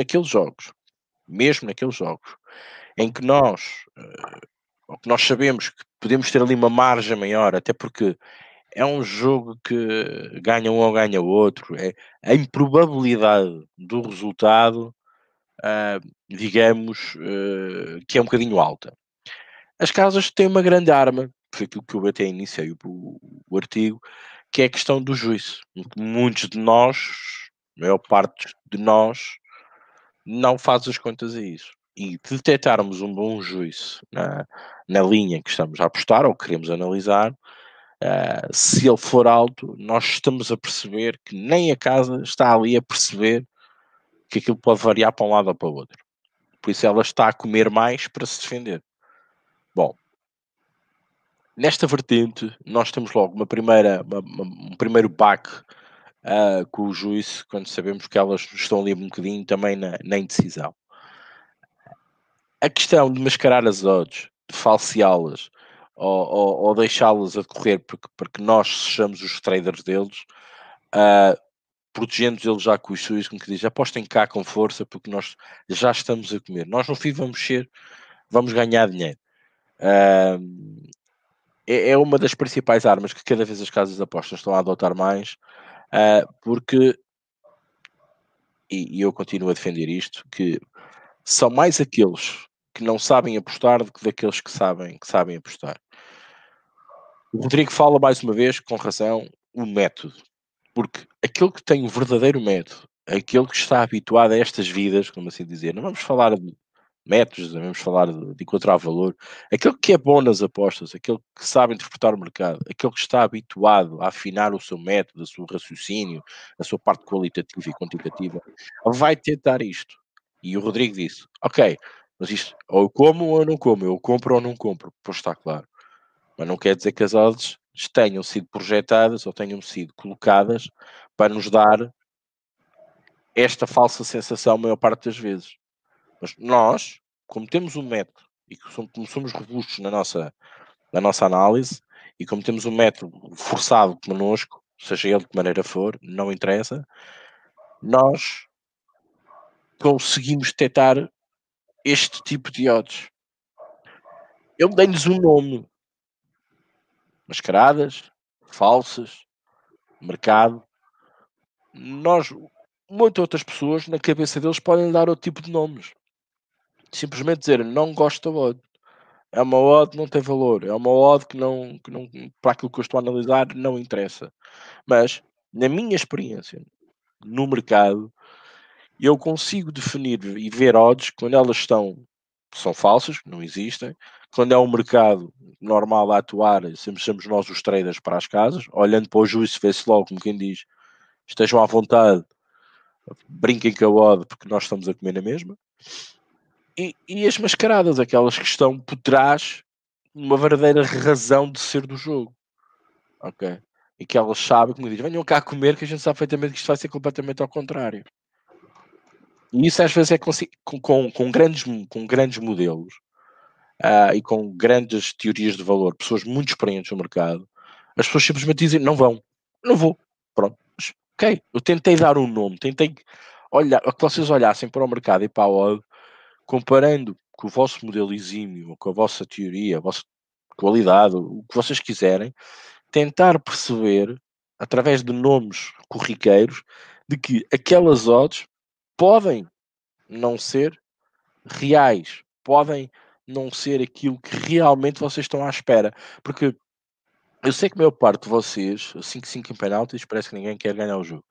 mesmo naqueles jogos em que ou que nós sabemos que podemos ter ali uma margem maior, até porque é um jogo que ganha um ou ganha o outro, a improbabilidade do resultado, digamos, que é um bocadinho alta. As casas têm uma grande arma, foi aquilo que eu até iniciei o artigo, que é a questão do juízo. Muitos de nós, a maior parte de nós, não faz as contas a isso. E detectarmos um bom juízo na linha que estamos a apostar ou queremos analisar, se ele for alto, nós estamos a perceber que nem a casa está ali a perceber que aquilo pode variar para um lado ou para o outro. Por isso ela está a comer mais para se defender. Bom, nesta vertente, nós temos logo um primeiro baque com o juízo, quando sabemos que elas estão ali um bocadinho também na indecisão. A questão de mascarar as odds, de falseá-las ou deixá-las a decorrer porque nós sejamos os traders deles, protegendo eles já com os suíços, como que diz, apostem cá com força porque nós já estamos a comer. Nós no fim vamos ganhar dinheiro. É uma das principais armas que cada vez as casas de apostas estão a adotar mais, porque, e eu continuo a defender isto, que são mais aqueles que não sabem apostar do que daqueles que sabem apostar. O Rodrigo fala mais uma vez, com razão, o método. Porque aquele que tem o verdadeiro método, aquele que está habituado a estas vidas, como assim dizer, não vamos falar de métodos, não vamos falar de encontrar valor, aquele que é bom nas apostas, aquele que sabe interpretar o mercado, aquele que está habituado a afinar o seu método, o seu raciocínio, a sua parte qualitativa e quantitativa, vai tentar isto. E o Rodrigo disse: Ok, mas isto ou eu como ou eu não como, eu compro ou não compro, pois está claro. Mas não quer dizer que as odds tenham sido projetadas ou tenham sido colocadas para nos dar esta falsa sensação a maior parte das vezes. Mas nós, como temos um método e como somos robustos na nossa análise e como temos um método forçado connosco, seja ele de que maneira for, não interessa, nós conseguimos detectar este tipo de odds. Eu dei-lhes um nome: mascaradas, falsas, mercado. Nós, muitas outras pessoas, na cabeça deles, podem dar outro tipo de nomes. Simplesmente dizer, não gosto da odd. É uma odd que não tem valor. É uma odd que não, para aquilo que eu estou a analisar, não interessa. Mas, na minha experiência no mercado, eu consigo definir e ver odds quando elas são falsas, não existem. Quando é um mercado normal a atuar, sempre somos nós os traders para as casas, olhando para o juízo, vê-se logo, como quem diz, estejam à vontade, brinquem com a odd, porque nós estamos a comer na mesma. E as mascaradas, aquelas que estão por trás de uma verdadeira razão de ser do jogo. Ok? E que elas sabem, como diz, venham cá comer, que a gente sabe perfeitamente que isto vai ser completamente ao contrário. E isso às vezes é com grandes modelos e com grandes teorias de valor, pessoas muito experientes no mercado, as pessoas simplesmente dizem, não vão, não vou. Pronto. Mas, ok, eu tentei dar um nome, tentei olhar, que vocês olhassem para o mercado e para a odd, comparando com o vosso modelo exímio, com a vossa teoria, a vossa qualidade, o que vocês quiserem, tentar perceber, através de nomes corriqueiros, de que aquelas odds podem não ser reais, podem não ser aquilo que realmente vocês estão à espera. Porque eu sei que a maior parte de vocês, 5-5 em penaltis, parece que ninguém quer ganhar o jogo.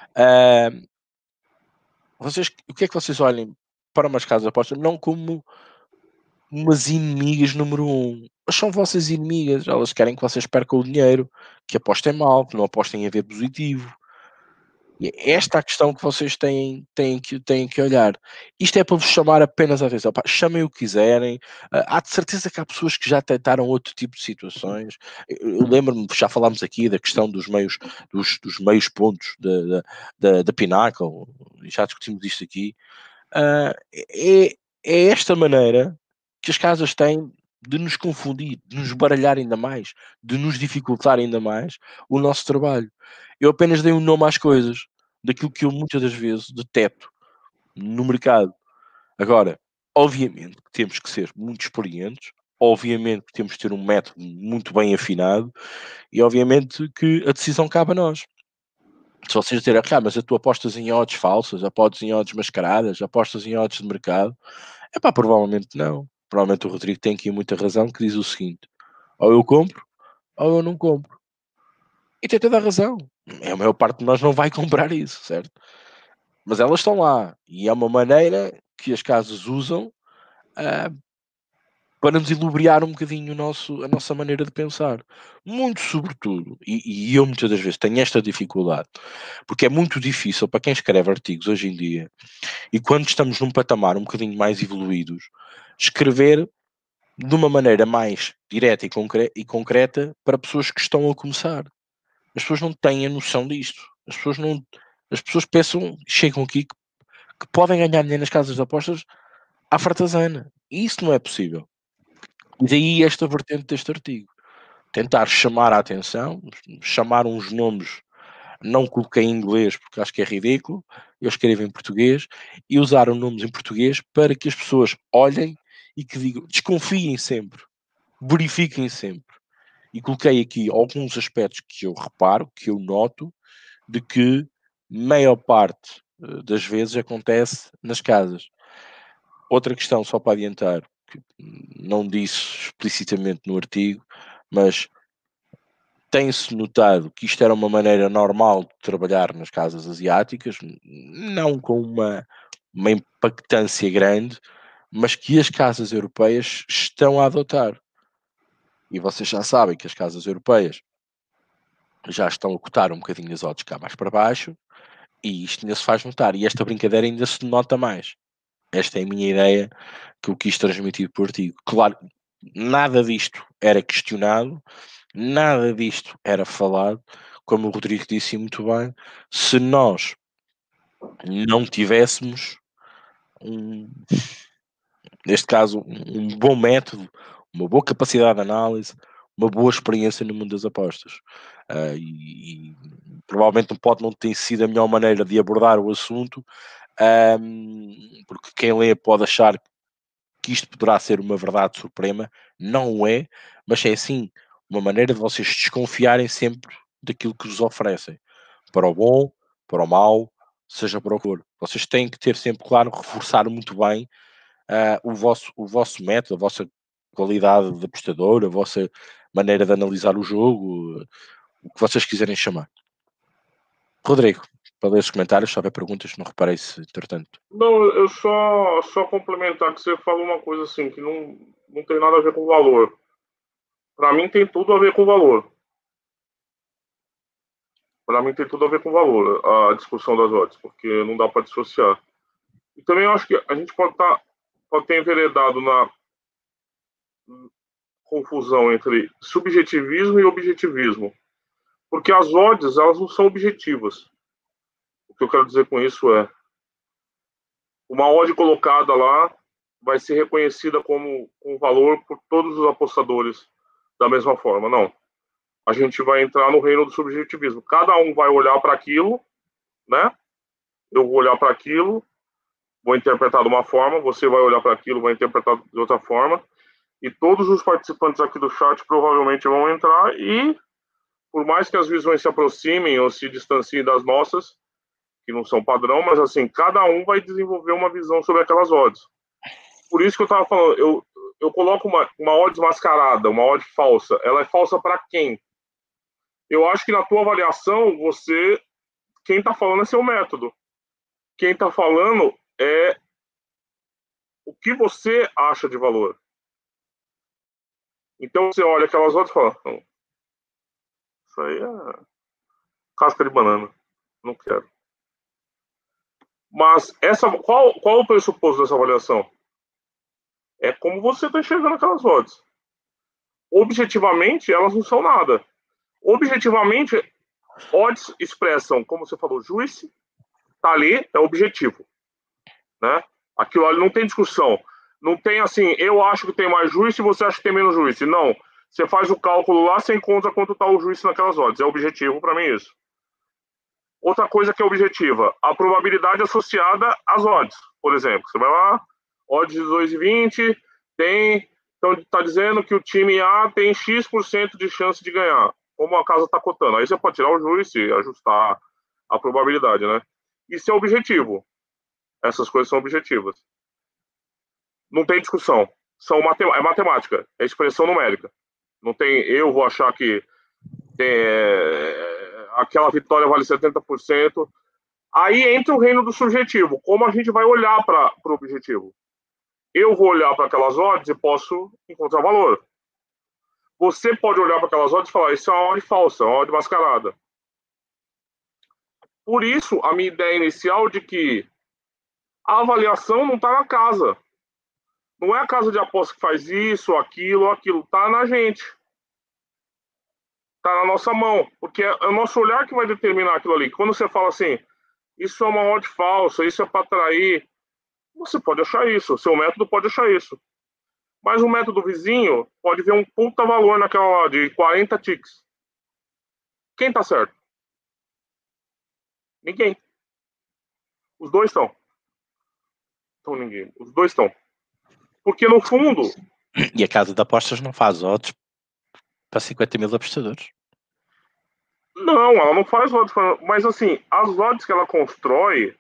Vocês, o que é que vocês olhem para umas casas de apostas não como umas inimigas número um, mas são vossas inimigas. Elas querem que vocês percam o dinheiro, que apostem mal, que não apostem em ver positivo. E é esta a questão que vocês têm que olhar. Isto é para vos chamar apenas a atenção. Pá, chamem o que quiserem. Há de certeza que há pessoas que já tentaram outro tipo de situações. Eu lembro-me, já falámos aqui da questão dos meios pontos da Pinnacle, já discutimos isto aqui. É esta maneira que as casas têm de nos confundir, de nos baralhar ainda mais, de nos dificultar ainda mais o nosso trabalho. Eu apenas dei um nome às coisas, daquilo que eu muitas das vezes deteto no mercado. Agora, obviamente que temos que ser muito experientes, obviamente que temos que ter um método muito bem afinado e obviamente que a decisão cabe a nós. Se vocês dizerem, mas tu apostas em odds falsas, apostas em odds mascaradas, apostas em odds de mercado, provavelmente não. Provavelmente o Rodrigo tem aqui muita razão, que diz o seguinte: ou eu compro, ou eu não compro. E tem toda a razão. A maior parte de nós não vai comprar isso, certo? Mas elas estão lá. E é uma maneira que as casas usam para nos ilubriar um bocadinho a nossa maneira de pensar. Muito sobretudo, e eu muitas das vezes tenho esta dificuldade, porque é muito difícil para quem escreve artigos hoje em dia, e quando estamos num patamar um bocadinho mais evoluídos, escrever de uma maneira mais direta e concreta para pessoas que estão a começar. As pessoas não têm a noção disto. As pessoas pensam, chegam aqui que podem ganhar dinheiro nas casas de apostas à fartazana. E isso não é possível. E daí esta vertente deste artigo. Tentar chamar a atenção, chamar uns nomes, não coloquei em inglês porque acho que é ridículo, eu escrevo em português, e usar os nomes em português para que as pessoas olhem e que digam, desconfiem sempre, verifiquem sempre. E coloquei aqui alguns aspectos que eu reparo, que eu noto, de que maior parte das vezes acontece nas casas. Outra questão, só para adiantar, que não disse explicitamente no artigo, mas tem-se notado que isto era uma maneira normal de trabalhar nas casas asiáticas, não com uma impactância grande, mas que as casas europeias estão a adotar. E vocês já sabem que as casas europeias já estão a cotar um bocadinho as odds cá mais para baixo, e isto ainda se faz notar, e esta brincadeira ainda se nota mais. Esta é a minha ideia que eu quis transmitir por artigo. Claro, nada disto era questionado, nada disto era falado, como o Rodrigo disse muito bem, se nós não tivéssemos, um, neste caso, um bom método, uma boa capacidade de análise, uma boa experiência no mundo das apostas. E provavelmente pode não ter sido a melhor maneira de abordar o assunto, porque quem lê pode achar que isto poderá ser uma verdade suprema, não é, mas é sim uma maneira de vocês desconfiarem sempre daquilo que vos oferecem, para o bom, para o mau, seja para o que for. Vocês têm que ter sempre claro, reforçar muito bem o vosso método, a vossa qualidade de apostador, a vossa maneira de analisar o jogo, o que vocês quiserem chamar. Rodrigo, para ler os comentários, se houver perguntas, não reparei se, entretanto. Não, eu só complementar que você falou uma coisa assim, que não tem nada a ver com valor. Para mim tem tudo a ver com valor. Para mim tem tudo a ver com valor, a discussão das odds, porque não dá para dissociar. E também eu acho que a gente pode ter enveredado na confusão entre subjetivismo e objetivismo. Porque as odds, elas não são objetivas. O que eu quero dizer com isso é, uma odd colocada lá vai ser reconhecida como um valor por todos os apostadores da mesma forma. Não. A gente vai entrar no reino do subjetivismo. Cada um vai olhar para aquilo, né? Eu vou olhar para aquilo, vou interpretar de uma forma, você vai olhar para aquilo, vai interpretar de outra forma, e todos os participantes aqui do chat provavelmente vão entrar e por mais que as visões se aproximem ou se distanciem das nossas, que não são padrão, mas assim, cada um vai desenvolver uma visão sobre aquelas odds. Por isso que eu estava falando, eu coloco uma odd mascarada, uma odd falsa. Ela é falsa para quem? Eu acho que na tua avaliação, quem está falando é seu método. Quem está falando é o que você acha de valor. Então você olha aquelas odds e fala, isso aí é casca de banana, não quero. Mas qual o pressuposto dessa avaliação? É como você está enxergando aquelas odds. Objetivamente, elas não são nada. Objetivamente, odds expressam, como você falou, juice, tá ali, é objetivo. Né? Aquilo ali não tem discussão. Não tem assim, eu acho que tem mais juice e você acha que tem menos juice. Não. Você faz o cálculo lá, você encontra quanto está o juice naquelas odds. É objetivo para mim isso. Outra coisa que é objetiva, a probabilidade associada às odds. Por exemplo, você vai lá, odds de 2,20, então está dizendo que o time A tem X% de chance de ganhar, como a casa está cotando. Aí você pode tirar o juice e ajustar a probabilidade, né? Isso é objetivo. Essas coisas são objetivas. Não tem discussão. É matemática, é expressão numérica. Não tem, eu vou achar que aquela vitória vale 70%. Aí entra o reino do subjetivo. Como a gente vai olhar para o objetivo? Eu vou olhar para aquelas odds e posso encontrar valor. Você pode olhar para aquelas odds e falar, isso é uma odd falsa, uma odd mascarada. Por isso, a minha ideia inicial de que a avaliação não está na casa. Não é a casa de aposta que faz isso, aquilo. Está na gente. Está na nossa mão. Porque é o nosso olhar que vai determinar aquilo ali. Quando você fala assim, isso é uma odd falsa, isso é para atrair, você pode achar isso. O seu método pode achar isso. Mas o método vizinho pode ver um puta valor naquela de 40 ticks. Quem está certo? Ninguém. Os dois estão. Então ninguém. Os dois estão. Porque no fundo... E a casa de apostas não faz odds para 50 mil apostadores. Não, ela não faz odds. Mas assim, as odds que ela constrói,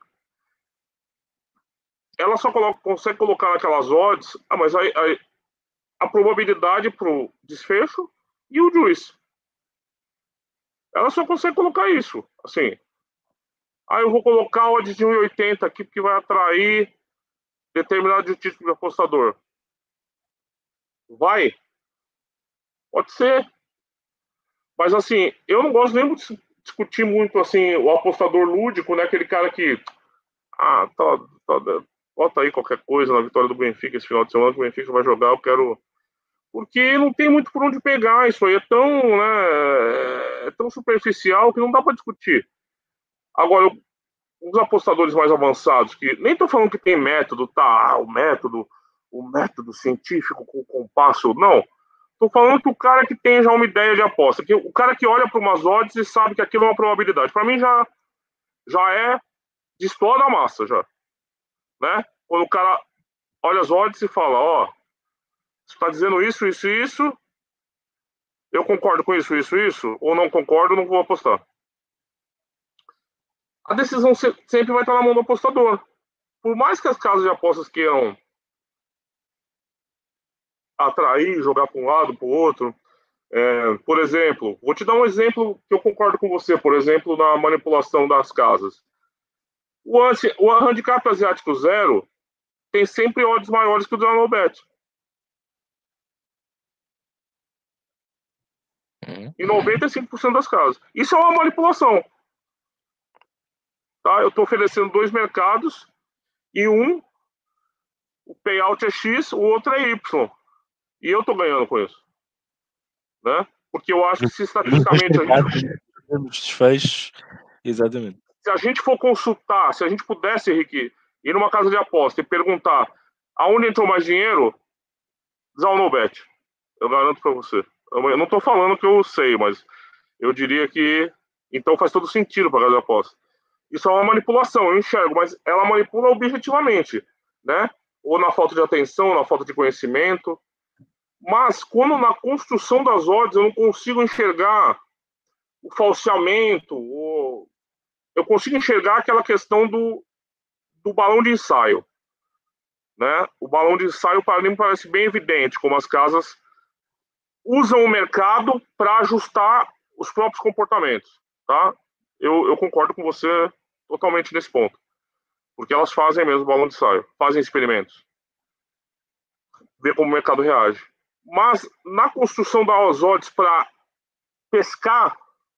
ela só consegue colocar naquelas odds, mas a probabilidade para o desfecho e o juice. Ela só consegue colocar isso. Assim, eu vou colocar a odd de 1,80 aqui porque vai atrair determinado tipo de apostador. Vai? Pode ser. Mas assim, eu não gosto nem de discutir muito assim, o apostador lúdico, né? Aquele cara que bota aí qualquer coisa na vitória do Benfica esse final de semana que o Benfica vai jogar, eu quero... Porque não tem muito por onde pegar, isso aí é tão superficial que não dá para discutir. Agora, os apostadores mais avançados, que nem estou falando que tem método, o método científico com o compasso, não. Estou falando que o cara que tem já uma ideia de aposta, que o cara que olha para umas odds e sabe que aquilo é uma probabilidade. Para mim já é de estoura da massa, já. Né? Quando o cara olha as odds e fala, você está dizendo isso, isso e isso, eu concordo com isso, isso, isso, ou não concordo, não vou apostar. A decisão sempre vai estar na mão do apostador. Por mais que as casas de apostas queiram atrair, jogar para um lado, para o outro, por exemplo, vou te dar um exemplo que eu concordo com você, por exemplo, na manipulação das casas. O handicap asiático zero tem sempre odds maiores que o do Anobet. Em 95% das casas. Isso é uma manipulação. Tá? Eu estou oferecendo 2 mercados e o payout é X, o outro é Y. E eu estou ganhando com isso. Né? Porque eu acho que se estatisticamente desfechos, exatamente. Se a gente for consultar, se a gente pudesse, Henrique, ir numa casa de aposta e perguntar aonde entrou mais dinheiro, Zaunobet. Eu garanto para você. Eu não estou falando que eu sei, mas eu diria que então faz todo sentido para a casa de aposta. Isso é uma manipulação, eu enxergo, mas ela manipula objetivamente, né? Ou na falta de atenção, na falta de conhecimento. Mas quando na construção das odds eu não consigo enxergar o falseamento, eu consigo enxergar aquela questão do balão de ensaio, né? O balão de ensaio para mim me parece bem evidente, como as casas usam o mercado para ajustar os próprios comportamentos, tá? Eu concordo com você totalmente nesse ponto, porque elas fazem mesmo balão de ensaio, fazem experimentos, ver como o mercado reage. Mas na construção das odds para pescar,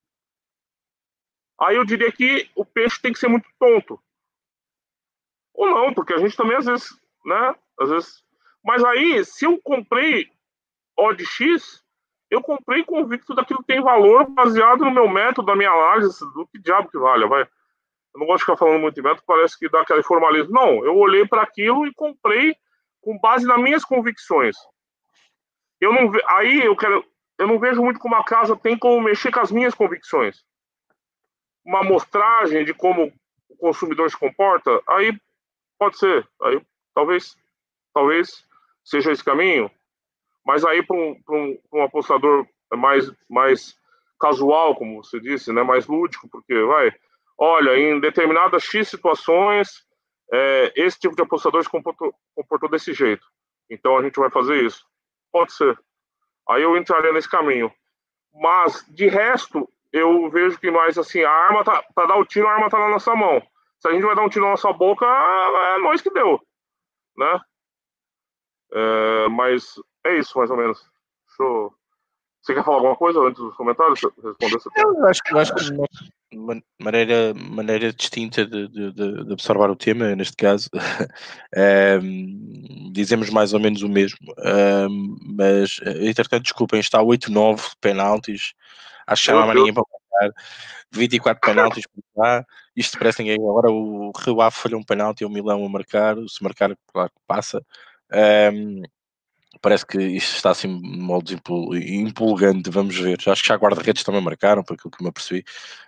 aí eu diria que o peixe tem que ser muito tonto. Ou não, porque a gente também às vezes, né? Às vezes. Mas aí, se eu comprei odd X, eu comprei convicto daquilo que tem valor baseado no meu método, da minha análise, do que diabo que vale, vai. Eu não gosto de ficar falando muito de método, parece que dá aquele formalismo. Não, eu olhei para aquilo e comprei com base nas minhas convicções. Eu não aí eu não vejo muito como a casa tem como mexer com as minhas convicções. Uma amostragem de como o consumidor se comporta, aí pode ser, aí talvez seja esse caminho, mas aí para um apostador mais casual, como você disse, né, mais lúdico, porque olha, em determinadas X situações, esse tipo de apostador se comportou desse jeito, então a gente vai fazer isso. Pode ser. Aí eu entraria nesse caminho. Mas, de resto, eu vejo que mais assim, a arma tá, para dar o tiro, a arma tá na nossa mão. Se a gente vai dar um tiro na nossa boca, é nós que deu, né? Mas é isso, mais ou menos. Você quer falar alguma coisa antes dos comentários? Responder essa pergunta? Eu acho que uma maneira distinta de observar o tema, neste caso, dizemos mais ou menos o mesmo, mas entretanto, desculpem, está 8-9 penaltis, acho que já não há mais ninguém para marcar, 24 penaltis para cá, isto parece ninguém. Agora o Rio Ave falhou um penalti e o Milão a marcar, se marcar, claro que passa. Parece que isto está assim de modo empolgante, vamos ver. Acho que já guarda-redes também marcaram, por aquilo que me apercebi.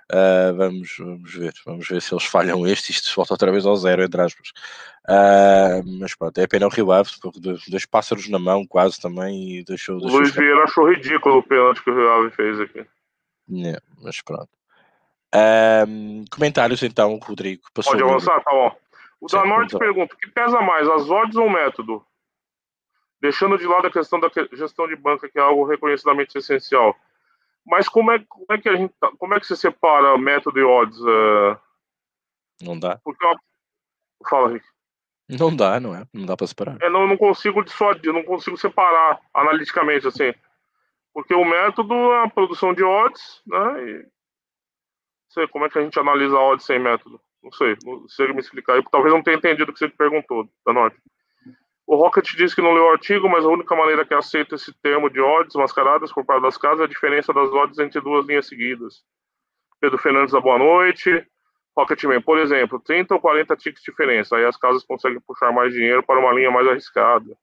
Vamos ver se eles falham isto se volta outra vez ao zero, entre aspas. Mas pronto, é pena o Rio Ave, dois pássaros na mão quase também, e deixou o Luiz Vieira achou ridículo o pênalti que o Rio Ave fez aqui. Mas pronto. Comentários então, Rodrigo. Pode avançar? Tá bom. O da Norte pergunta, o que pesa mais, as odds ou o método? Deixando de lado a questão da gestão de banca, que é algo reconhecidamente essencial. Mas como é que você separa método e odds? Não dá. Porque fala, Rick. Não dá, não é? Não dá para separar. Eu não consigo dissuadir, não consigo separar analiticamente, assim. Porque o método é a produção de odds, né? E não sei como é que a gente analisa odds sem método. Não sei, não sei me explicar aí, talvez não tenha entendido o que você perguntou, da Norte. O Rocket diz que não leu o artigo, mas a única maneira que aceita esse termo de odds mascaradas por parte das casas é a diferença das odds entre duas linhas seguidas. Pedro Fernandes da boa noite. Rocketman, por exemplo, 30 ou 40 tickets de diferença. Aí as casas conseguem puxar mais dinheiro para uma linha mais arriscada.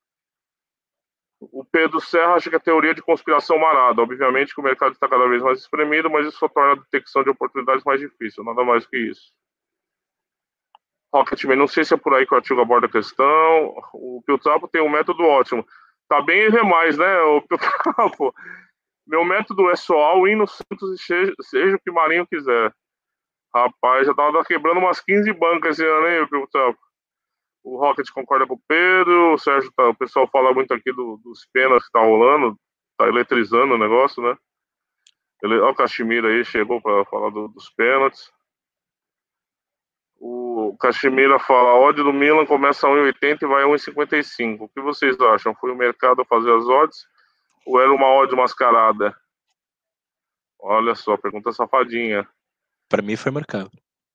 O Pedro Serra acha que a teoria de conspiração marada. Obviamente que o mercado está cada vez mais espremido, mas isso só torna a detecção de oportunidades mais difícil. Nada mais que isso. Rocketman, não sei se é por aí que o artigo aborda a questão. O Piltrapo tem um método ótimo. Tá bem e vê mais, né, o Piltrapo? Meu método é só all-in no Santos e seja o que o Marinho quiser. Rapaz, já tava quebrando umas 15 bancas esse ano, hein, Piltrapo? O Rocket concorda com o Pedro, o Sérgio, o pessoal fala muito aqui dos penas que tá rolando, tá eletrizando o negócio, né? Olha o Cachemira aí, chegou para falar dos pênaltis. O Cachemira fala, a odd do Milan começa a 1,80 e vai a 1,55. O que vocês acham? Foi o mercado a fazer as odds ou era uma odd mascarada? Olha só, pergunta safadinha. Para mim foi mercado.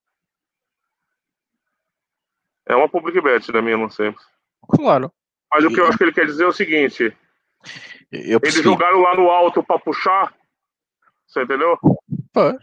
É uma public bet, né, Milan, sempre. Claro. Mas o que eu acho que ele quer dizer é o seguinte. Eles jogaram lá no alto para puxar. Você entendeu? Pois.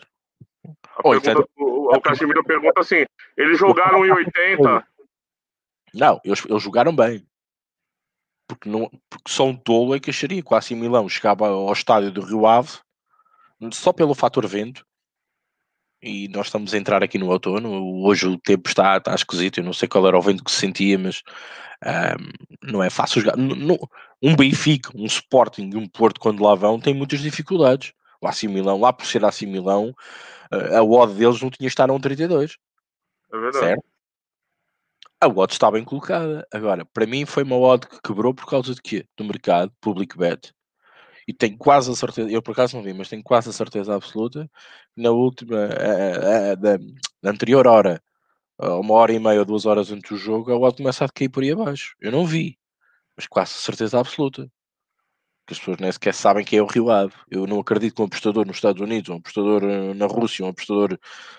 O Cachemiro pergunta assim: eles jogaram em 80. Não, eles jogaram bem. Porque só um tolo é que acharia que o AC Milão chegava ao estádio do Rio Ave só pelo fator vento. E nós estamos a entrar aqui no outono. Hoje o tempo está esquisito. Eu não sei qual era o vento que se sentia, mas não é fácil jogar. Um Benfica, um Sporting e um Porto, quando lá vão, têm muitas dificuldades. O AC Milão, lá por ser AC Milão, a odd deles não tinha estado a 1,32. É verdade. Certo? A odd está bem colocada. Agora, para mim foi uma odd que quebrou por causa de quê? Do mercado, public bet. E tenho quase a certeza, eu por acaso não vi, mas tenho quase a certeza absoluta, na última, na anterior hora, a 1 hora e meia ou 2 horas antes do jogo, a odd começa a cair por aí abaixo. Eu não vi, mas quase a certeza absoluta. Que as pessoas nem sequer sabem quem é o Rio Ave. Eu não acredito que um apostador nos Estados Unidos, um apostador na Rússia, um apostador.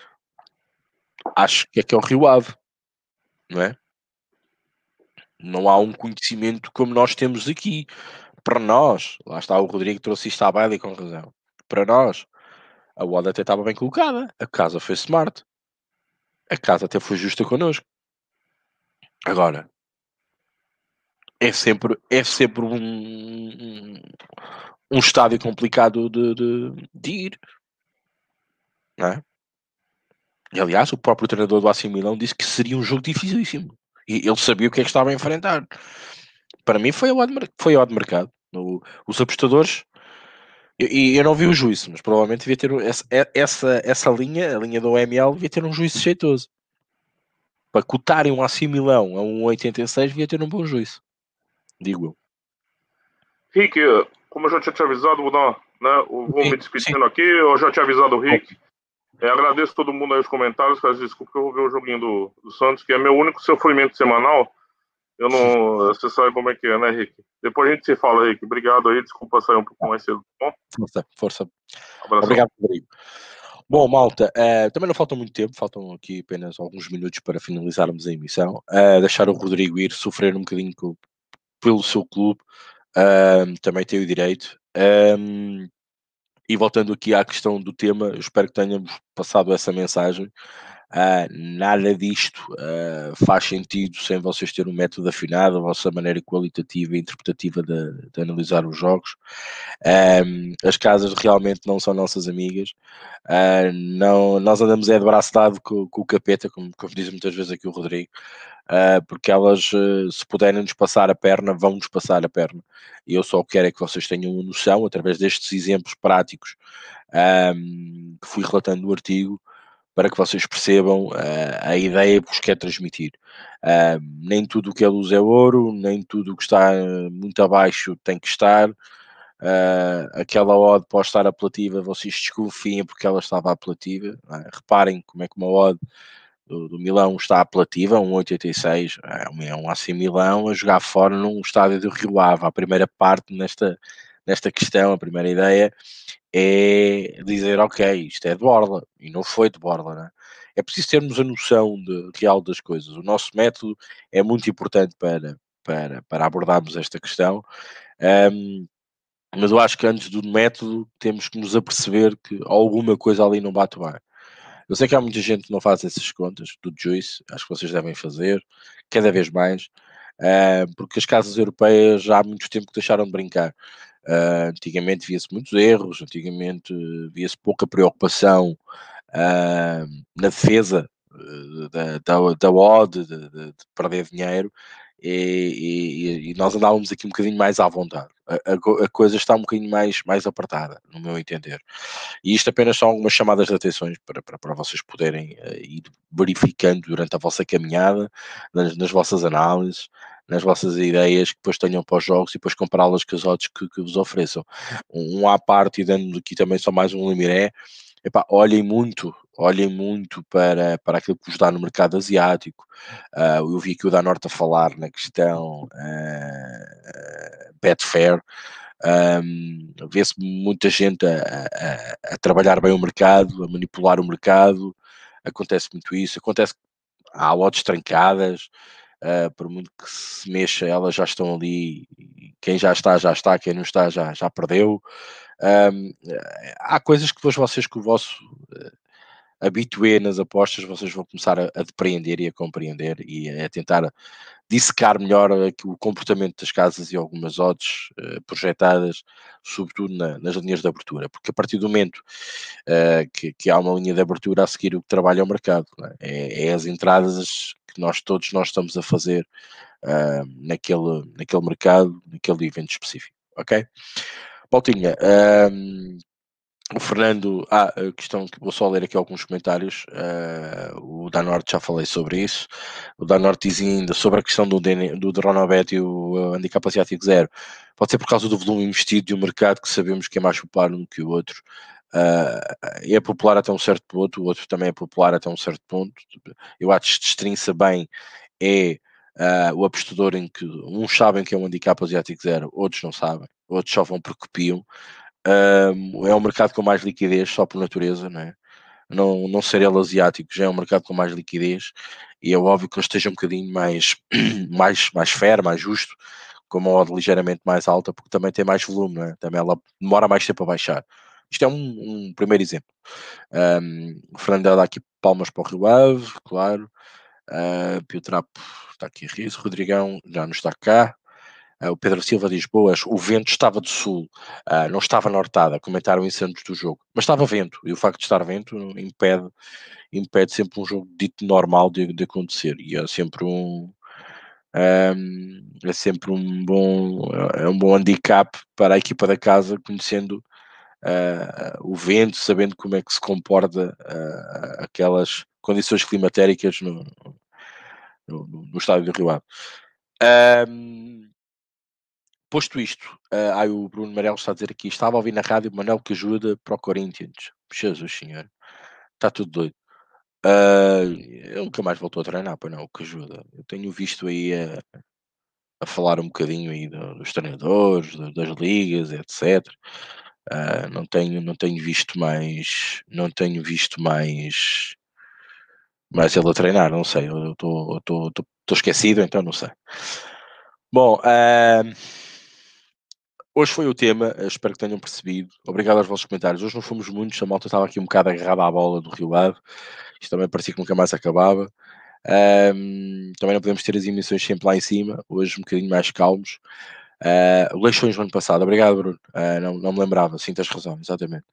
Acho que é o Rio Ave, não é? Não há um conhecimento como nós temos aqui. Para nós, lá está, o Rodrigo trouxe isto à baila e com razão. Para nós, a odd até estava bem colocada. A casa foi smart. A casa até foi justa connosco. Agora, é sempre um estádio complicado de ir, não é? E, aliás, o próprio treinador do AC Milão disse que seria um jogo dificílimo. E ele sabia o que é que estava a enfrentar. Para mim foi a odd de mercado. Os apostadores. E eu não vi o juízo, mas provavelmente devia ter essa linha, a linha do OML, devia ter um juízo jeitoso. Para cotarem um AC Milão a 1,86 devia ter um bom juízo. Digo eu. Rick, como eu já tinha te avisado, vou me Sim, sim. despedindo aqui. Eu já tinha avisado o Rick. Agradeço todo mundo aí os comentários. Peço desculpa que eu vou ver o joguinho do Santos, que é meu único sofrimento semanal. Eu não. Você sabe como é que é, né, Rick? Depois a gente se fala, Rick. Obrigado aí. Desculpa sair um pouco mais cedo, tá bom? Força, força. Abração. Obrigado, Rodrigo. Bom, malta, também não falta muito tempo, faltam aqui apenas alguns minutos para finalizarmos a emissão. Deixar o Rodrigo ir sofrer um bocadinho pelo seu clube, também tem o direito. E voltando aqui à questão do tema, eu espero que tenhamos passado essa mensagem. Nada disto faz sentido sem vocês terem um método afinado, a vossa maneira qualitativa e interpretativa de analisar os jogos. As casas realmente não são nossas amigas. Não, nós andamos de braço dado com o capeta, como diz muitas vezes aqui o Rodrigo, porque elas, se puderem nos passar a perna, vão nos passar a perna. E eu só quero é que vocês tenham uma noção, através destes exemplos práticos que fui relatando no artigo, para que vocês percebam a ideia que vos quer transmitir. Nem tudo o que é luz é ouro, nem tudo o que está muito abaixo tem que estar. Aquela odd pode estar apelativa, vocês desconfiem porque ela estava apelativa. Reparem como é que uma odd do Milão está apelativa, 1,86, é um AC Milão a jogar fora num estádio do Rio Ave. A primeira parte nesta questão, a primeira ideia é dizer, ok, isto é de borla, e não foi de borla, né? É preciso termos a noção real das coisas. O nosso método é muito importante para abordarmos esta questão, mas eu acho que antes do método temos que nos aperceber que alguma coisa ali não bate bem. Eu sei que há muita gente que não faz essas contas do juice, acho que vocês devem fazer, cada vez mais, porque as casas europeias já há muito tempo que deixaram de brincar. Antigamente via-se muitos erros, antigamente via-se pouca preocupação na defesa da odd, de perder dinheiro, e nós andávamos aqui um bocadinho mais à vontade. A coisa está um bocadinho mais apertada, no meu entender. E isto apenas são algumas chamadas de atenções para vocês poderem ir verificando durante a vossa caminhada, nas vossas análises, nas vossas ideias que depois tenham para os jogos e depois compará-las com as odds que vos ofereçam. Um à parte e dando aqui também só mais um limiré, epá, olhem muito para aquilo que vos dá no mercado asiático. Eu vi aqui o Danorte a falar na questão Betfair. Vê-se muita gente a trabalhar bem o mercado, a manipular o mercado. Acontece muito isso. Acontece que há lotes trancadas. Por muito que se mexa, elas já estão ali. Quem já está. Quem não está, já perdeu. Há coisas que depois vocês, com o vosso habitué nas apostas, vocês vão começar a depreender e a compreender e a tentar dissecar melhor aqui o comportamento das casas e algumas odds projetadas, sobretudo nas linhas de abertura, porque a partir do momento que há uma linha de abertura, a seguir o que trabalha é o mercado, não é? É as entradas que nós estamos a fazer naquele mercado, naquele evento específico, ok? Pautinha, O Fernando, a questão que vou só ler aqui alguns comentários. O Danorte, já falei sobre isso. O Danorte dizia ainda sobre a questão do Dronobet e o handicap asiático zero. Pode ser por causa do volume investido e o mercado, que sabemos que é mais popular um que o outro. É popular até um certo ponto, o outro também é popular até um certo ponto. Eu acho que destrinça bem é o apostador, em que uns sabem que é um handicap asiático zero, outros não sabem, outros só vão porque copiam. É um mercado com mais liquidez, só por natureza, não é? Não ser ele asiático já é um mercado com mais liquidez, e é óbvio que ele esteja um bocadinho mais, mais fair, mais justo, com uma odd ligeiramente mais alta, porque também tem mais volume, não é? Também ela demora mais tempo a baixar. Isto é um primeiro exemplo. O Fernando dá aqui palmas para o Rio Ave, claro. Piotrapo está aqui a riso. Rodrigão já não está cá. O Pedro Silva diz: boas, o vento estava de sul, não estava nortada. Comentaram isso antes do jogo, mas estava vento, e o facto de estar vento impede sempre um jogo dito normal de acontecer, e é sempre um bom handicap para a equipa da casa, conhecendo o vento, sabendo como é que se comporta aquelas condições climatéricas no estádio do Rio Ave. Posto isto, o Bruno Marelo está a dizer aqui: estava a ouvir na rádio Manel que ajuda para o Corinthians. Jesus senhor, está tudo doido. Ele nunca mais voltou a treinar, para não, o que ajuda. Eu tenho visto aí a falar um bocadinho aí dos treinadores, das ligas, etc. Não tenho visto mais ele a treinar, não sei. Eu estou esquecido, então não sei. Bom, hoje foi o tema, espero que tenham percebido. Obrigado aos vossos comentários. Hoje não fomos muitos, a malta estava aqui um bocado agarrada à bola do Rio Ave. Isto também parecia que nunca mais acabava. Também não podemos ter as emissões sempre lá em cima, hoje um bocadinho mais calmos. Leixões no ano passado, obrigado, Bruno. Não me lembrava, sim, tens razão, exatamente.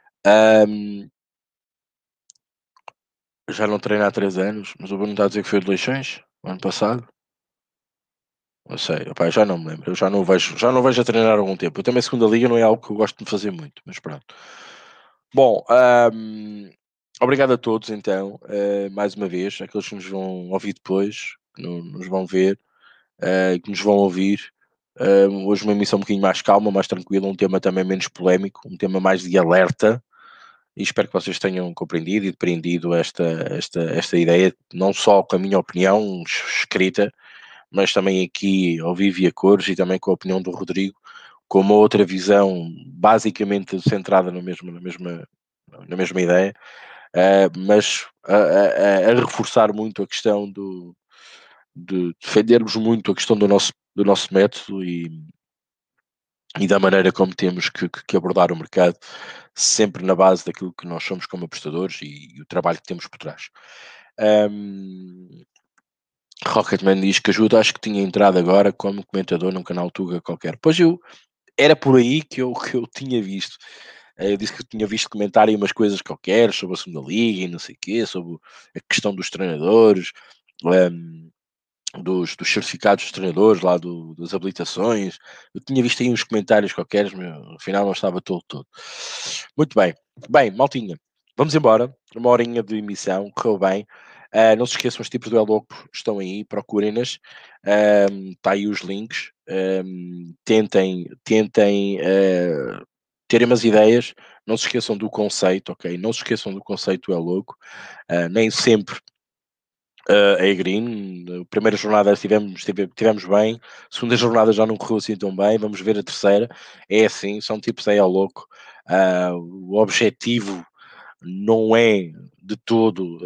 Já não treino há 3 anos, mas o Bruno está a dizer que foi de Leixões, no ano passado. Não sei, opá, já não me lembro. Eu já não vejo a treinar há algum tempo. Eu também, segunda liga, não é algo que eu gosto de fazer muito, mas pronto. Bom, obrigado a todos, então, mais uma vez, aqueles que nos vão ouvir depois, que nos vão ver, que nos vão ouvir. Hoje uma emissão um bocadinho mais calma, mais tranquila, um tema também menos polémico, um tema mais de alerta, e espero que vocês tenham compreendido e depreendido esta ideia, não só com a minha opinião escrita, mas também aqui ao vivo e a cores, e também com a opinião do Rodrigo, com uma outra visão basicamente centrada na mesma ideia, mas a reforçar muito a questão de defendermos muito a questão do nosso método e da maneira como temos que abordar o mercado, sempre na base daquilo que nós somos como apostadores e o trabalho que temos por trás. Rocketman diz que ajuda, acho que tinha entrado agora como comentador num canal Tuga qualquer. Pois era por aí que eu tinha visto. Eu disse que eu tinha visto comentar aí umas coisas qualquer sobre a segunda liga e não sei o quê, sobre a questão dos treinadores, um, dos certificados dos treinadores, lá das habilitações. Eu tinha visto aí uns comentários qualquer, mas afinal não estava todo. Muito bem. Bem, maltinha, vamos embora. Uma horinha de emissão, correu bem. Não se esqueçam, os tipos do Eloco estão aí, procurem-nas. Está aí os links. Tentem terem umas ideias. Não se esqueçam do conceito, ok? Não se esqueçam do conceito do Eloco. Nem sempre a Green, a primeira jornada tivemos bem, a segunda jornada já não correu assim tão bem, vamos ver a terceira. É assim, são tipos aí ao louco. O objetivo não é de todo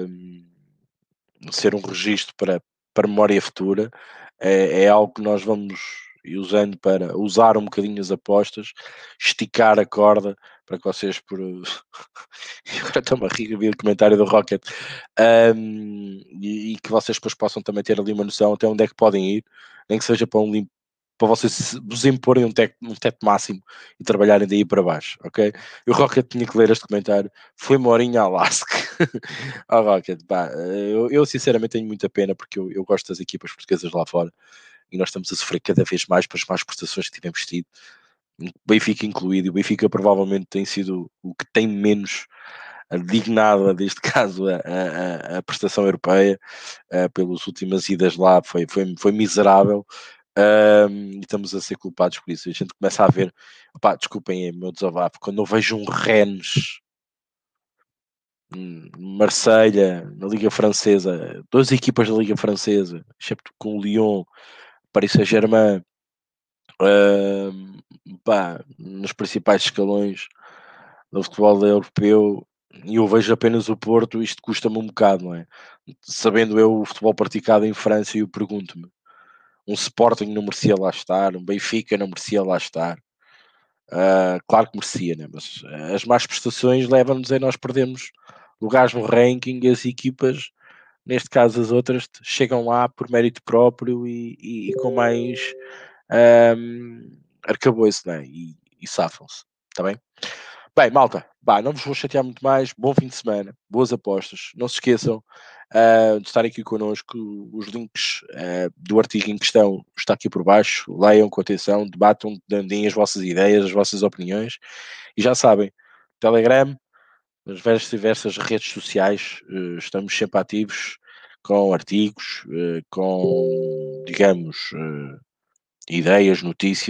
ser um registro para memória futura, é algo que nós vamos usando para usar um bocadinho as apostas, esticar a corda para que vocês agora estou-me a rir, vi o comentário do Rocket, e que vocês depois possam também ter ali uma noção até onde é que podem ir, nem que seja para vocês vos imporem um teto máximo e trabalharem daí para baixo, ok? E o Rocket tinha que ler este comentário, foi uma horinha a lasca. Rocket, pá, eu sinceramente tenho muita pena, porque eu gosto das equipas portuguesas lá fora, e nós estamos a sofrer cada vez mais pelas más prestações que tivemos tido. Benfica incluído, e o Benfica provavelmente tem sido o que tem menos dignado, neste caso, a prestação europeia, pelas últimas idas lá, foi miserável. E estamos a ser culpados por isso. A gente começa a ver, opá, desculpem aí, meu desabafo, quando eu vejo um Rennes, Marselha, na Liga Francesa, duas equipas da Liga Francesa, excepto com o Lyon, Paris Saint-Germain, pá, nos principais escalões do futebol europeu, e eu vejo apenas o Porto, isto custa-me um bocado, não é? Sabendo eu o futebol praticado em França, e eu pergunto-me, um Sporting não merecia lá estar, um Benfica não merecia lá estar. Claro que merecia, né? Mas as más prestações levam-nos a nós perdermos lugares no ranking, e as equipas, neste caso as outras, chegam lá por mérito próprio e com mais arcabouço, né? E safam-se, está bem? Bem, malta, bah, não vos vou chatear muito mais. Bom fim de semana, boas apostas. Não se esqueçam de estar aqui connosco. Os links do artigo em questão está aqui por baixo. Leiam com atenção, debatam, deem as vossas ideias, as vossas opiniões. E já sabem, Telegram, nas diversas redes sociais, estamos sempre ativos com artigos, com, digamos, ideias, notícias.